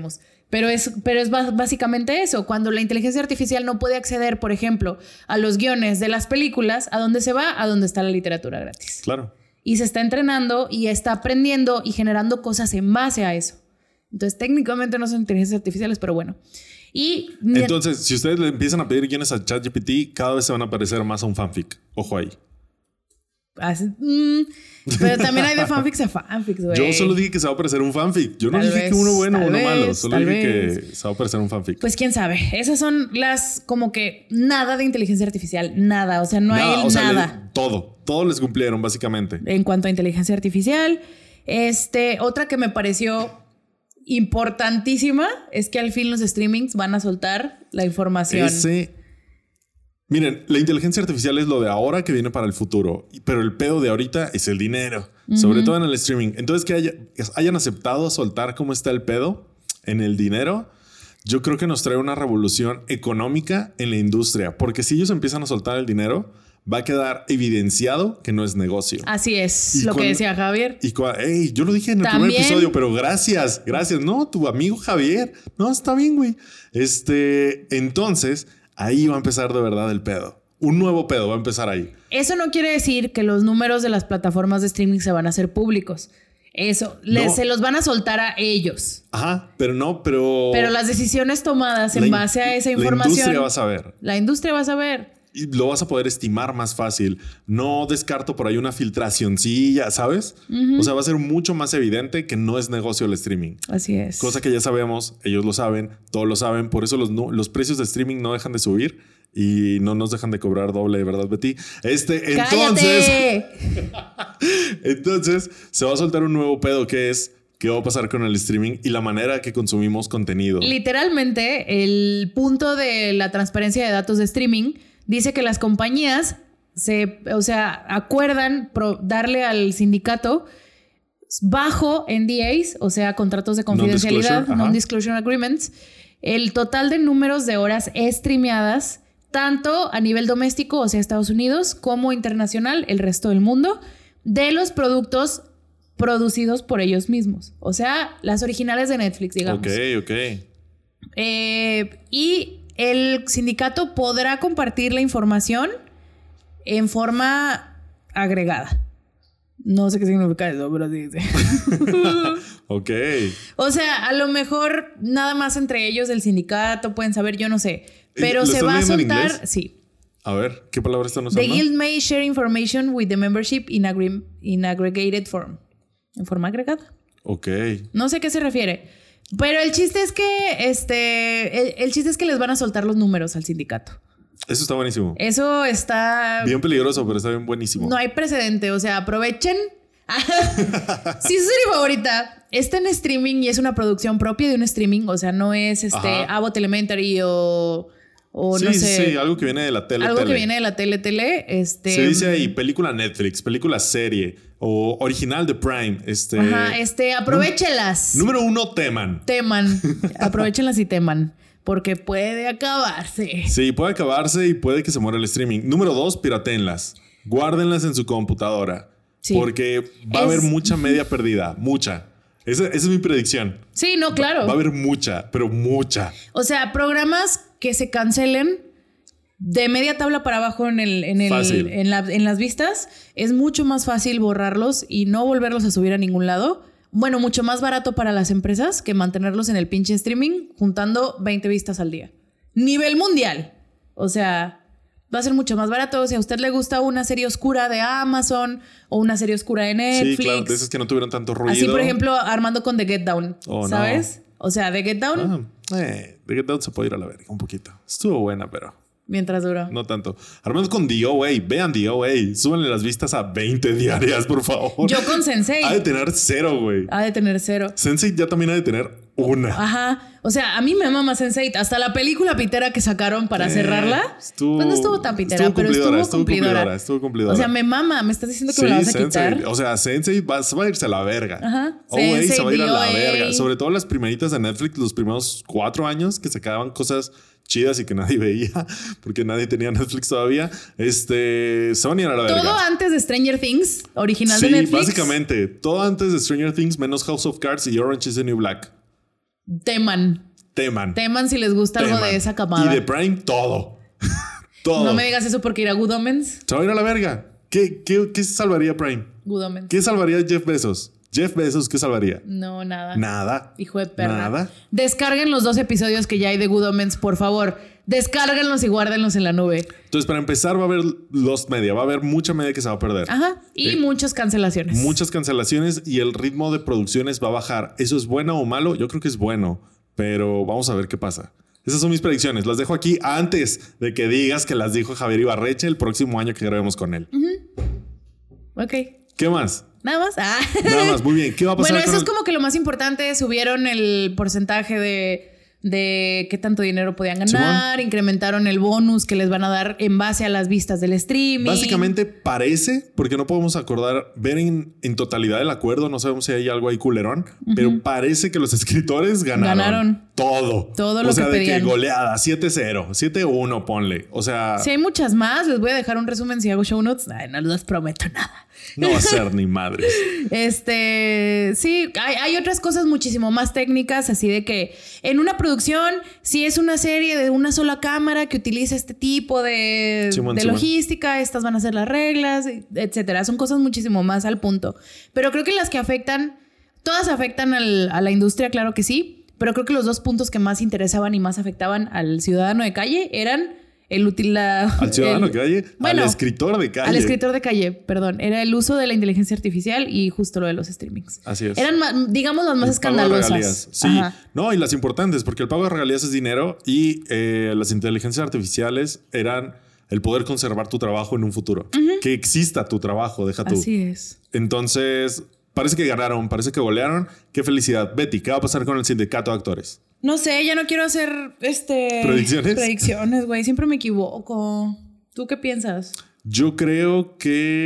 Pero es, pero es básicamente eso. Cuando la inteligencia artificial no puede acceder, por ejemplo, a los guiones de las películas, ¿a dónde se va? A donde está la literatura gratis. Claro. Y se está entrenando y está aprendiendo y generando cosas en base a eso. Entonces, técnicamente no son inteligencias artificiales, pero bueno. Y entonces, si ustedes le empiezan a pedir guiones a ChatGPT, cada vez se van a parecer más a un fanfic. Ojo ahí. Así, mm, pero también hay de fanfics a fanfics, güey. Yo solo dije que se va a parecer un fanfic. Yo no tal dije vez, que uno bueno o uno vez, malo. Solo dije vez. que se va a parecer un fanfic. Pues quién sabe. Esas son las como que nada de inteligencia artificial. Nada. O sea, no nada, hay o sea, nada. Le, todo. Todo les cumplieron, básicamente. En cuanto a inteligencia artificial. Este, otra que me pareció importantísima es que al fin los streamings van a soltar la información. Ese... Miren, la inteligencia artificial es lo de ahora que viene para el futuro, pero el pedo de ahorita es el dinero, uh-huh. sobre todo en el streaming. Entonces, que haya, hayan aceptado soltar cómo está el pedo en el dinero, yo creo que nos trae una revolución económica en la industria, porque si ellos empiezan a soltar el dinero, va a quedar evidenciado que no es negocio. Así es, y lo cuando, que decía Javier. Y cuando, hey, yo lo dije en el ¿También? primer episodio, pero gracias, gracias. No, tu amigo Javier. No, está bien, güey. Este, entonces... Ahí va a empezar de verdad el pedo. Un nuevo pedo va a empezar ahí. Eso no quiere decir que los números de las plataformas de streaming se van a hacer públicos. Eso, no. les, se los van a soltar a ellos. Ajá, pero no, pero... Pero las decisiones tomadas en la, base a esa información... La industria va a saber. La industria va a saber. Y lo vas a poder estimar más fácil. No descarto por ahí una filtracioncilla, ¿sabes? Uh-huh. O sea, va a ser mucho más evidente que no es negocio el streaming. Así es. Cosa que ya sabemos, ellos lo saben, todos lo saben. Por eso los, no, los precios de streaming no dejan de subir y no nos dejan de cobrar doble, ¿verdad, Betty? Este, entonces... entonces, se va a soltar un nuevo pedo que es... ¿Qué va a pasar con el streaming y la manera que consumimos contenido? Literalmente, el punto de la transparencia de datos de streaming dice que las compañías se, o sea, acuerdan pro, darle al sindicato bajo N D As, o sea, contratos de confidencialidad, non-disclosure agreements, el total de números de horas streameadas, tanto a nivel doméstico, o sea, Estados Unidos, como internacional, el resto del mundo, de los productos producidos por ellos mismos. O sea, las originales de Netflix, digamos. Ok, ok. Eh, y el sindicato podrá compartir la información en forma agregada. No sé qué significa eso, pero sí dice. Ok. O sea, a lo mejor nada más entre ellos del sindicato pueden saber, yo no sé. Pero se va a soltar... Sí. A ver, ¿qué palabra están usando? The guild may share information with the membership in, agree- in aggregated form. En forma agregada. Ok. No sé a qué se refiere. Pero el chiste es que este, el, el chiste es que les van a soltar los números al sindicato. Eso está buenísimo. Eso está... bien peligroso, pero está bien buenísimo. No hay precedente. O sea, aprovechen. Si su serie favorita está en streaming y es una producción propia de un streaming, o sea, no es este Abbott Elementary o... O sí, no sé, sí, algo que viene de la tele. Algo tele. que viene de la tele, tele. Este, se dice ahí película Netflix, película serie o original de Prime. Este, Ajá, este, aprovéchelas. Número uno, teman. Teman. Aprovechenlas y teman. Porque puede acabarse. Sí, puede acabarse y puede que se muera el streaming. Número dos, piratéenlas. Guárdenlas en su computadora. Sí. Porque va es... a haber mucha media perdida. Mucha. Esa, esa es mi predicción. Sí, no, claro. Va, va a haber mucha, pero mucha. O sea, programas que se cancelen de media tabla para abajo en, el, en, el, en, la, en las vistas, es mucho más fácil borrarlos y no volverlos a subir a ningún lado. Bueno, mucho más barato para las empresas que mantenerlos en el pinche streaming juntando veinte vistas al día. Nivel mundial. O sea, va a ser mucho más barato. Si a usted le gusta una serie oscura de Amazon o una serie oscura de Netflix. Sí, claro, de esas que no tuvieron tanto ruido. Así, por ejemplo, Armando con The Get Down. Oh, ¿sabes? No. O sea, The Get Down. Ah, eh, The Get Down se puede ir a la verga un poquito. Estuvo buena, pero... mientras duró. No tanto. Armando con The O A. Vean The O A. Súbanle las vistas a veinte diarias, por favor. Yo con Sense eight. Ha de tener cero, güey. Ha de tener cero. Sense eight ya también ha de tener una. Ajá. O sea, a mí me mama Sense eight. Hasta la película pitera que sacaron para eh, cerrarla. Estuvo, pues no estuvo tan pitera, estuvo pero estuvo, estuvo cumplidora. cumplidora. Estuvo cumplidora. O sea, me mama. Me estás diciendo que sí, me la vas a Sense quitar. eight. O sea, Sense eight va, va a irse a la verga. Ajá. O A se va a ir a la verga. Sobre todo las primeritas de Netflix, los primeros cuatro años que sacaban cosas chidas y que nadie veía porque nadie tenía Netflix todavía. Este, se van a ir a la verga. Todo antes de Stranger Things, original sí, de Netflix. Básicamente, todo antes de Stranger Things menos House of Cards y Orange is the New Black. Teman. teman. Teman si les gusta teman. algo de esa camada. Y de Prime, todo. todo. No me digas eso porque ir a Good Omens. Se va a ir a la verga. ¿Qué, qué, qué salvaría Prime? Good Omens. ¿Qué salvaría Jeff Bezos? Jeff Bezos, ¿qué salvaría? No, nada. Nada. Hijo de perra. Nada. Descarguen los dos episodios que ya hay de Good Omens, por favor. Descárguenlos y guárdenlos en la nube. Entonces, para empezar, va a haber Lost Media. Va a haber mucha media que se va a perder. Ajá. Y eh, muchas cancelaciones. Muchas cancelaciones y el ritmo de producciones va a bajar. ¿Eso es bueno o malo? Yo creo que es bueno. Pero vamos a ver qué pasa. Esas son mis predicciones. Las dejo aquí antes de que digas que las dijo Javier Ibarreche el próximo año que grabemos con él. Uh-huh. Ok. ¿Qué más? Nada más. Ah. Nada más. Muy bien. ¿Qué va a pasar? Bueno, eso con es como que lo más importante. Subieron el porcentaje de... de qué tanto dinero podían ganar, Simón. Incrementaron el bonus que les van a dar en base a las vistas del streaming. Básicamente parece, porque no podemos acordar, ver en, en totalidad el acuerdo, no sabemos si hay algo ahí culerón, uh-huh. pero parece que los escritores ganaron, ganaron. todo. Todo lo o sea, que de pedían. Que goleada, siete cero, siete uno, ponle. O sea... Si hay muchas más, les voy a dejar un resumen si hago show notes. Ay, no les prometo nada. No va a ser ni madres. Este, sí, hay, hay otras cosas muchísimo más técnicas, así de que en una producción, si es una serie de una sola cámara que utiliza este tipo de, Simón, de Simón. logística, estas van a ser las reglas, etcétera. Son cosas muchísimo más al punto. Pero creo que las que afectan, todas afectan al, a la industria, claro que sí, pero creo que los dos puntos que más interesaban y más afectaban al ciudadano de calle eran... El útil, la, al ciudadano el, de calle, bueno, al escritor de calle. Al escritor de calle, perdón. Era el uso de la inteligencia artificial y justo lo de los streamings. Así es. Eran, digamos, las más el escandalosas. Pago de regalías. Sí, Ajá. no, y las importantes, porque el pago de regalías es dinero y eh, las inteligencias artificiales eran el poder conservar tu trabajo en un futuro. Uh-huh. Que exista tu trabajo, deja tú. Así es. Entonces, parece que ganaron, parece que golearon. Qué felicidad. Betty, ¿qué va a pasar con el sindicato de actores? No sé, ya no quiero hacer este predicciones. Predicciones, güey. Siempre me equivoco. ¿Tú qué piensas? Yo creo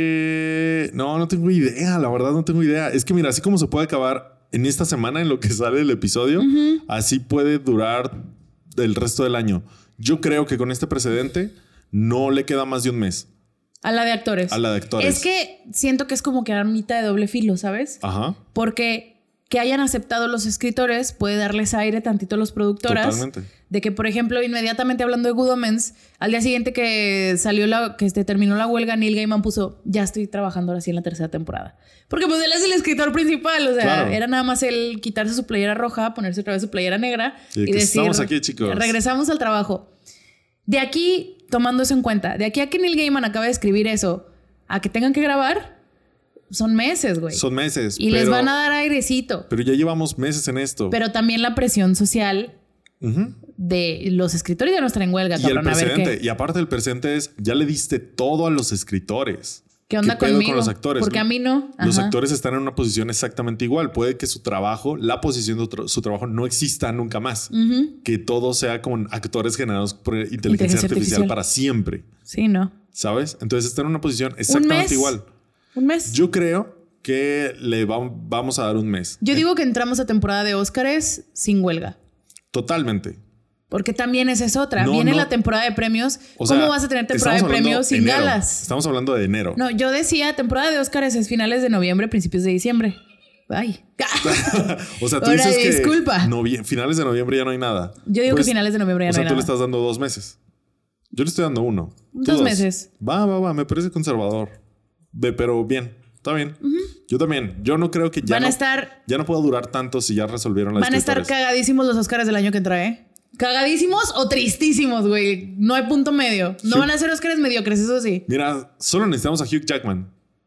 que... No, no tengo idea. La verdad no tengo idea. Es que mira, así como se puede acabar en esta semana en lo que sale el episodio, uh-huh. así puede durar el resto del año. Yo creo que con este precedente no le queda más de un mes. A la de actores. A la de actores. Es que siento que es como que a mitad de doble filo, ¿sabes? Ajá. Porque... que hayan aceptado los escritores puede darles aire tantito a los productoras. Totalmente. De que, por ejemplo, inmediatamente hablando de Good Omens, al día siguiente que salió la, que este, terminó la huelga, Neil Gaiman puso, ya estoy trabajando ahora sí en la tercera temporada. Porque pues él es el escritor principal, o sea, claro. era nada más el quitarse su playera roja, ponerse otra vez su playera negra y, y que decir, estamos aquí, chicos. Regresamos al trabajo. De aquí, tomando eso en cuenta, de aquí a que Neil Gaiman acabe de escribir eso, a que tengan que grabar... Son meses, güey. Son meses. Y pero, les van a dar airecito. Pero ya llevamos meses en esto. Pero también la presión social uh-huh. de los escritores ya no están en huelga. Y el precedente. Y aparte el presente es, ya le diste todo a los escritores. ¿Qué onda ¿Qué pedo conmigo? Con los actores? Porque a mí no. Ajá. Los actores están en una posición exactamente igual. Puede que su trabajo, la posición de otro, su trabajo no exista nunca más. Uh-huh. Que todo sea como actores generados por inteligencia, inteligencia artificial, artificial para siempre. Sí, ¿no? ¿Sabes? Entonces están en una posición exactamente igual. Un mes. Yo creo que le va, vamos a dar un mes. Yo digo que entramos a temporada de Óscares sin huelga. Totalmente. Porque también esa es otra. No, Viene no. la temporada de premios. O ¿Cómo sea, vas a tener temporada de premios sin enero. galas? Estamos hablando de enero. No, yo decía temporada de Óscares es finales de noviembre, principios de diciembre. Ay. O sea, tú Ahora, dices que disculpa. novie- finales de noviembre ya no hay nada. Yo digo pues, que finales de noviembre ya o no sea, hay tú nada. le estás dando dos meses. Yo le estoy dando uno. Dos, dos meses. Va, va, va. Me parece conservador. De, pero bien. Está bien. Uh-huh. Yo también. Yo no creo que ya Van no, a estar... ya no pueda durar tanto si ya resolvieron las Van a estar cagadísimos los Óscares del año que entra, ¿eh? Cagadísimos o tristísimos, güey. No hay punto medio. No Hugh... van a ser Óscares mediocres, eso sí. Mira, solo necesitamos a Hugh Jackman.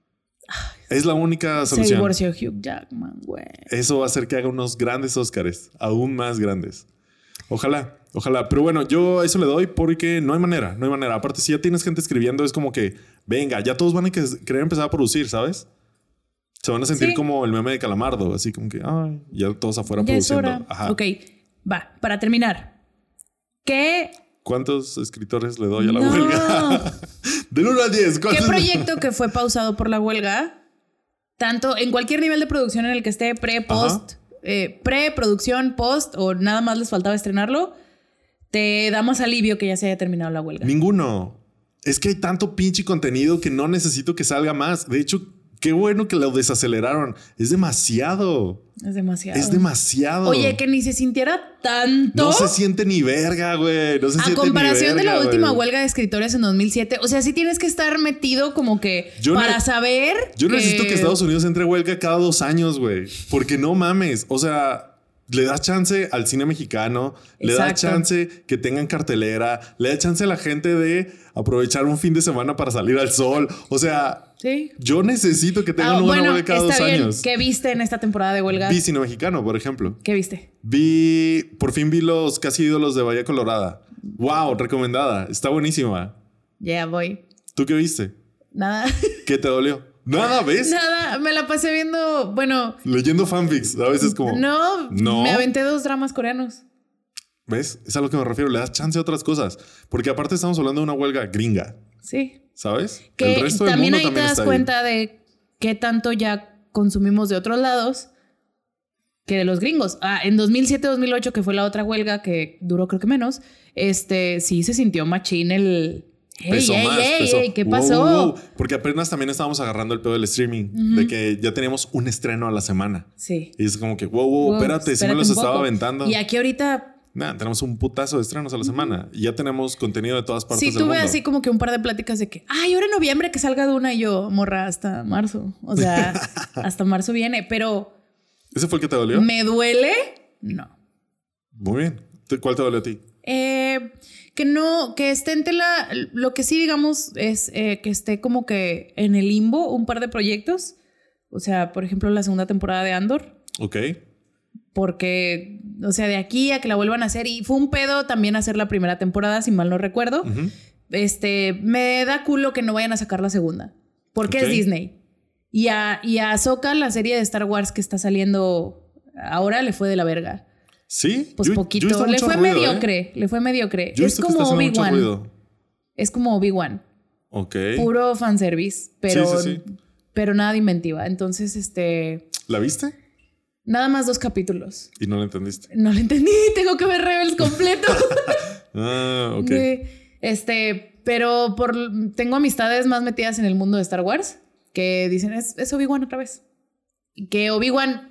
Es la única solución. Se divorció Hugh Jackman, güey. Eso va a hacer que haga unos grandes Óscares. Aún más grandes. Ojalá, ojalá. Pero bueno, yo a eso le doy porque no hay manera, no hay manera. Aparte, si ya tienes gente escribiendo, es como que, venga, ya todos van a querer empezar a producir, ¿sabes? Se van a sentir sí. como el meme de Calamardo, así como que, ay, ya todos afuera ya produciendo. Es hora. Ajá. Ok, va, para terminar. ¿Qué? ¿Cuántos escritores le doy a la no. huelga? Del uno al diez. ¿Qué proyecto que fue pausado por la huelga, tanto en cualquier nivel de producción en el que esté pre, post, eh, pre, producción, post o nada más les faltaba estrenarlo, te da más alivio que ya se haya terminado la huelga? Ninguno. Es que hay tanto pinche contenido que no necesito que salga más. De hecho, Qué bueno que lo desaceleraron. Es demasiado. Es demasiado. Es demasiado. Oye, que ni se sintiera tanto. No se siente ni verga, güey. No se A siente comparación ni verga, de la última güey. huelga de escritores en dos mil siete. O sea, sí tienes que estar metido como que Yo para ne- saber. Yo que... necesito que Estados Unidos entre a huelga cada dos años, güey. Porque no mames. O sea, le das chance al cine mexicano, le das Exacto. chance que tengan cartelera, le da chance a la gente de aprovechar un fin de semana para salir al sol. O sea, Sí. yo necesito que tengan Ah, una bueno, huelga cada está dos bien. años. ¿Qué viste en esta temporada de huelga? Vi cine mexicano, por ejemplo. ¿Qué viste? Vi, por fin vi los Casi Ídolos de Bahía Colorada. Wow, recomendada. Está buenísima. Ya yeah, voy. ¿Tú qué viste? Nada. ¿Qué te dolió? Nada, ¿ves? Nada. Me la pasé viendo. Bueno. Leyendo fanfics. A veces como... No, No. me aventé dos dramas coreanos. ¿Ves? Es a lo que me refiero. Le das chance a otras cosas. Porque aparte estamos hablando de una huelga gringa. Sí. ¿Sabes? Que El resto del también mundo ahí también te das está ahí. cuenta de qué tanto ya consumimos de otros lados que de los gringos. Ah, en dos mil siete dos mil ocho, que fue la otra huelga que duró creo que menos, este sí se sintió machín el... Ey, Pesó ey, más, ey, pesó. ey, ¿qué Wow, pasó? wow, wow. Porque apenas también estábamos agarrando el pedo del streaming. Ujú. De que ya teníamos un estreno a la semana. Sí. Y es como que, wow, wow, Wow, espérate, si me espérate los un estaba poco. aventando. Y aquí ahorita Nah, tenemos un putazo de estrenos a la semana. Y ya tenemos contenido de todas partes sí del tuve mundo. así como que un par de pláticas de que, ay, ahora en noviembre que salga Duna y yo, morra, hasta marzo. O sea, hasta marzo viene, pero ¿Ese fue el que te dolió? ¿me duele? No. Muy bien. ¿Cuál te dolió a ti? Eh, que no, que esté en tela, lo que sí digamos es eh, que esté como que en el limbo un par de proyectos. O sea, por ejemplo, la segunda temporada de Andor. Ok. Porque, o sea, de aquí a que la vuelvan a hacer, y fue un pedo también hacer la primera temporada, si mal no recuerdo. Ujú. Este, me da culo que no vayan a sacar la segunda. Porque Ok. es Disney. Y a, y a Ahsoka, la serie de Star Wars que está saliendo ahora, le fue de la verga. ¿Sí? Pues Yo- yo he poquito. visto Le mucho fue ruido, mediocre. ¿eh? Le fue mediocre. Yo he Es visto que está como haciendo mucho Obi-Wan. ruido. Es como Obi-Wan. Ok. Puro fanservice. Pero, Sí, sí, sí. pero nada de inventiva. Entonces, este. ¿La viste? Nada más dos capítulos. Y no la entendiste. No lo entendí. Tengo que ver Rebels completo. Ah, ok. De- este. Pero por, tengo amistades más metidas en el mundo de Star Wars que dicen: es, es Obi-Wan otra vez. Y que Obi-Wan.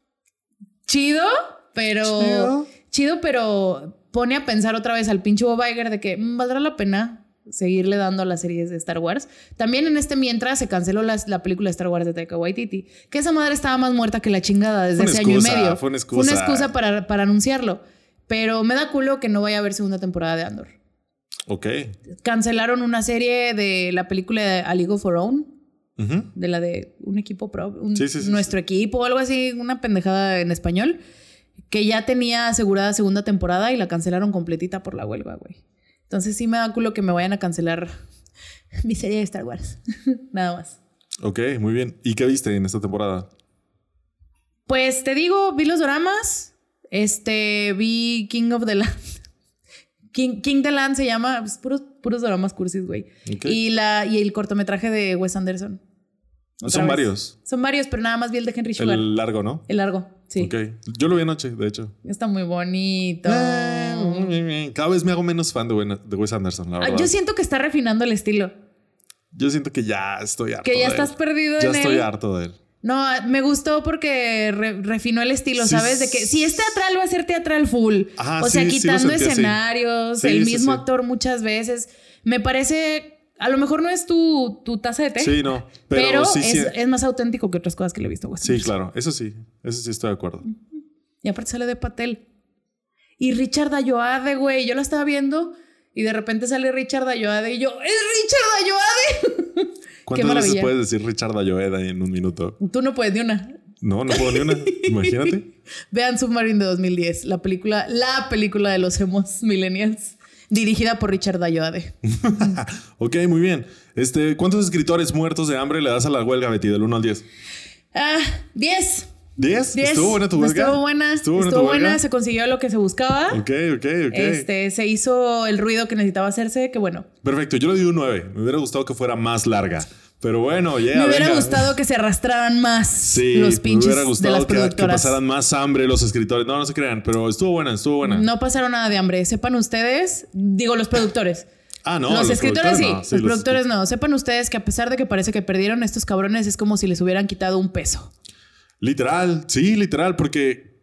Chido, pero. Chido. Chido, pero pone a pensar otra vez al pinche Bob Iger de que mm, valdrá la pena seguirle dando a las series de Star Wars. También en este mientras se canceló las- la película de Star Wars de Taika Waititi, que esa madre estaba más muerta que la chingada desde Fue hace una año y excusa, medio. fue una excusa. excusa para, para anunciarlo. Pero me da culo que no vaya a haber segunda temporada de Andor. Ok. Cancelaron una serie de la película de A League of Our Own, Ujú. de la de un equipo pro, un- Sí, sí, sí, nuestro equipo o algo así, una pendejada en español, que ya tenía asegurada segunda temporada y la cancelaron completita por la huelga, güey. Entonces sí me da culo que me vayan a cancelar mi serie de Star Wars. Nada más. Ok, muy bien. ¿Y qué viste en esta temporada? Pues te digo, vi los dramas. Este, vi King of the Land. King, King the Land se llama, pues, puros, puros dramas cursis, güey. Ok. Y, la, y el cortometraje de Wes Anderson. Otra Son vez. varios. Son varios, pero nada más vi el de Henry Sugar. El, El largo, ¿no? largo, sí. Ok. Yo lo vi anoche, de hecho. Está muy bonito. Ah, Cada vez me hago menos fan de Wen- de Wes Anderson, la Ah, verdad. yo siento que está refinando el estilo. Yo siento que ya estoy harto Que ya de estás él. perdido Ya en estoy él. harto de él. No, me gustó porque re- refinó el estilo, Sí, ¿sabes? De que si es teatral, va a ser teatral full. Ajá, o sea, sí, sí lo quitando sentí así. escenarios, Sí, el sí, mismo sí. actor muchas veces. Me parece, a lo mejor no es tu, tu taza de té, Sí, no. Pero, pero, sí, es, sí. es más auténtico que otras cosas que le he visto. Wes Sí, Anderson. claro. Eso sí. Eso sí estoy de acuerdo. Y aparte sale de Patel. Y Richard Ayoade, güey. Yo la estaba viendo y de repente sale Richard Ayoade y yo, ¡es Richard Ayoade! ¿Cuántas veces maravilla. puedes decir Richard Ayoade en un minuto? Tú no puedes ni una. No, no puedo ni una. Imagínate. Vean Submarine de dos mil diez, la película, la película de los emos millennials, dirigida por Richard Ayoade. Ok, muy bien. Este, ¿cuántos escritores muertos de hambre le das a la huelga, Betty, del uno al diez? Ah, diez. ¿diez? diez. ¿Estuvo buena tu huelga? Estuvo buena. ¿Estuvo buena Estuvo tu buena, huelga? se consiguió lo que se buscaba. Ok, ok, ok. Este, se hizo el ruido que necesitaba hacerse, que bueno. Perfecto, yo le di un nueve. Me hubiera gustado que fuera más larga. Pero bueno, ya. me hubiera venga. gustado que se arrastraran más Sí, los me pinches hubiera de gustado las que, que productoras. pasaran más hambre los escritores. No, no se crean, pero estuvo buena, estuvo buena. No pasaron nada de hambre. Sepan ustedes, digo los productores. Ah, no. Los, los escritores sí, no. sí, los, los productores no. Sepan ustedes que a pesar de que parece que perdieron, estos cabrones es como si les hubieran quitado un peso. Literal, sí, literal, porque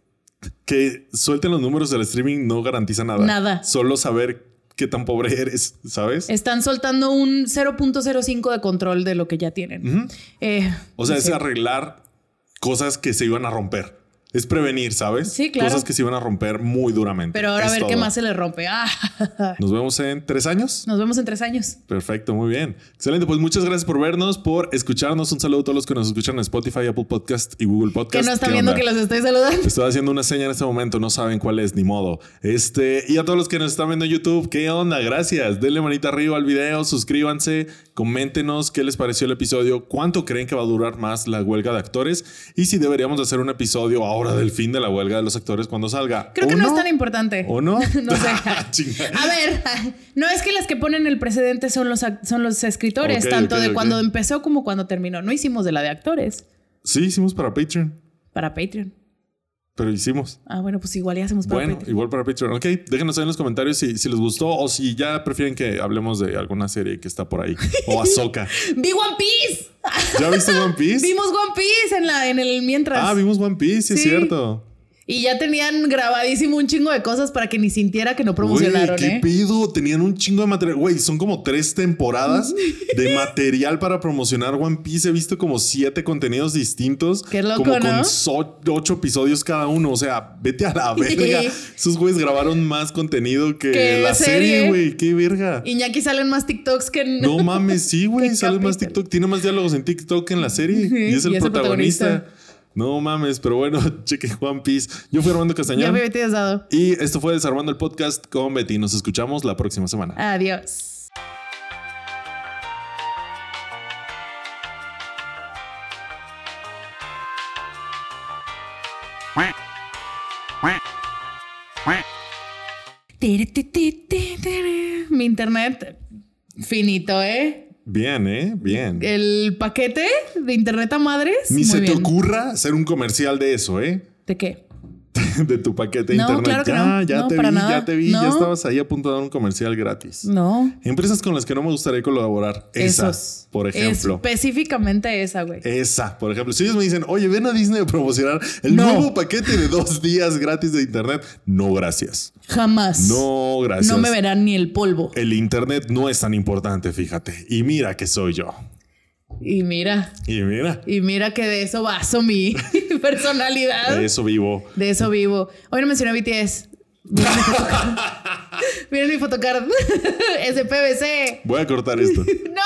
que suelten los números del streaming no garantiza nada. Nada. Solo saber qué tan pobre eres, ¿sabes? Están soltando un cero punto cero cinco de control de lo que ya tienen. Uh-huh. eh, o sea, sí. es arreglar cosas que se iban a romper. Es prevenir, ¿sabes? Sí, claro. Cosas que se iban a romper muy duramente. Pero ahora es a ver todo. qué más se les rompe. Ah. Nos vemos en tres años. Nos vemos en tres años. Perfecto, muy bien. Excelente, pues muchas gracias por vernos, por escucharnos. Un saludo a todos los que nos escuchan en Spotify, Apple Podcast y Google Podcast. Que no están viendo onda? que los estoy saludando. Estoy haciendo una seña en este momento, no saben cuál es, ni modo. Este, y a todos los que nos están viendo en YouTube, ¿qué onda? Gracias. Denle manita arriba al video, suscríbanse, coméntenos qué les pareció el episodio, cuánto creen que va a durar más la huelga de actores y si deberíamos de hacer un episodio ahora del fin de la huelga de los actores cuando salga. Creo que no, no es tan importante. ¿O no? No sé. A ver, no es que las que ponen el precedente son los, son los escritores, okay, tanto okay, de okay. cuando empezó como cuando terminó. No hicimos de la de actores. Sí, hicimos para Patreon. Para Patreon. Pero hicimos. Ah, bueno, pues igual ya hacemos para bueno, Patreon. igual para Patreon. Ok, déjenos ahí en los comentarios si, si les gustó o si ya prefieren que hablemos de alguna serie que está por ahí. O Ahsoka. ¡Vi One Piece! ¿Ya viste One Piece? Vimos One Piece en, la, en el mientras. Ah, vimos One Piece, sí, Sí. es cierto. Y ya tenían grabadísimo un chingo de cosas para que ni sintiera que no promocionaron, Güey, ¿qué ¿eh? pido? Tenían un chingo de material. Güey, son como tres temporadas de material para promocionar One Piece. He visto como siete contenidos distintos. Qué loco, como ¿no? con so- ocho episodios cada uno. O sea, vete a la verga. Esos güeyes grabaron más contenido que ¿Qué la serie? serie, güey. Qué verga. Iñaki salen más TikToks que en... No mames, sí, güey. Qué Sale más capítulo. TikTok. Tiene más diálogos en TikTok que en la serie. Sí, y es el y es el protagonista. protagonista. No mames, pero bueno, chequen One Piece. Yo fui Armando Ya Castañón. me habías dado. Y esto fue Desarmando el Podcast con Betty. Nos escuchamos la próxima semana. Adiós. Mi internet finito, ¿eh? Bien, ¿eh? Bien. El paquete de internet a madres. Ni muy se te bien. ocurra hacer un comercial de eso, ¿eh? ¿De qué? De tu paquete de No, internet. claro que ya, no. ya No, te para vi, nada. ya te vi. No. Ya estabas ahí a punto de dar un comercial gratis. No. Empresas con las que no me gustaría colaborar. Esa, Esos. por ejemplo. Específicamente esa, güey. Esa, por ejemplo. Si ellos me dicen, oye, ven a Disney a promocionar el No. nuevo paquete de dos días gratis de internet. No, gracias. Jamás. No, gracias. No me verán ni el polvo. El internet no es tan importante, fíjate. Y mira que soy yo. Y mira. Y mira, Y mira que de eso baso mi personalidad. de eso vivo. De eso vivo. Hoy no mencioné B T S. Miren mi photocard. Miren mi photocard. Es de P V C. Voy a cortar esto. No.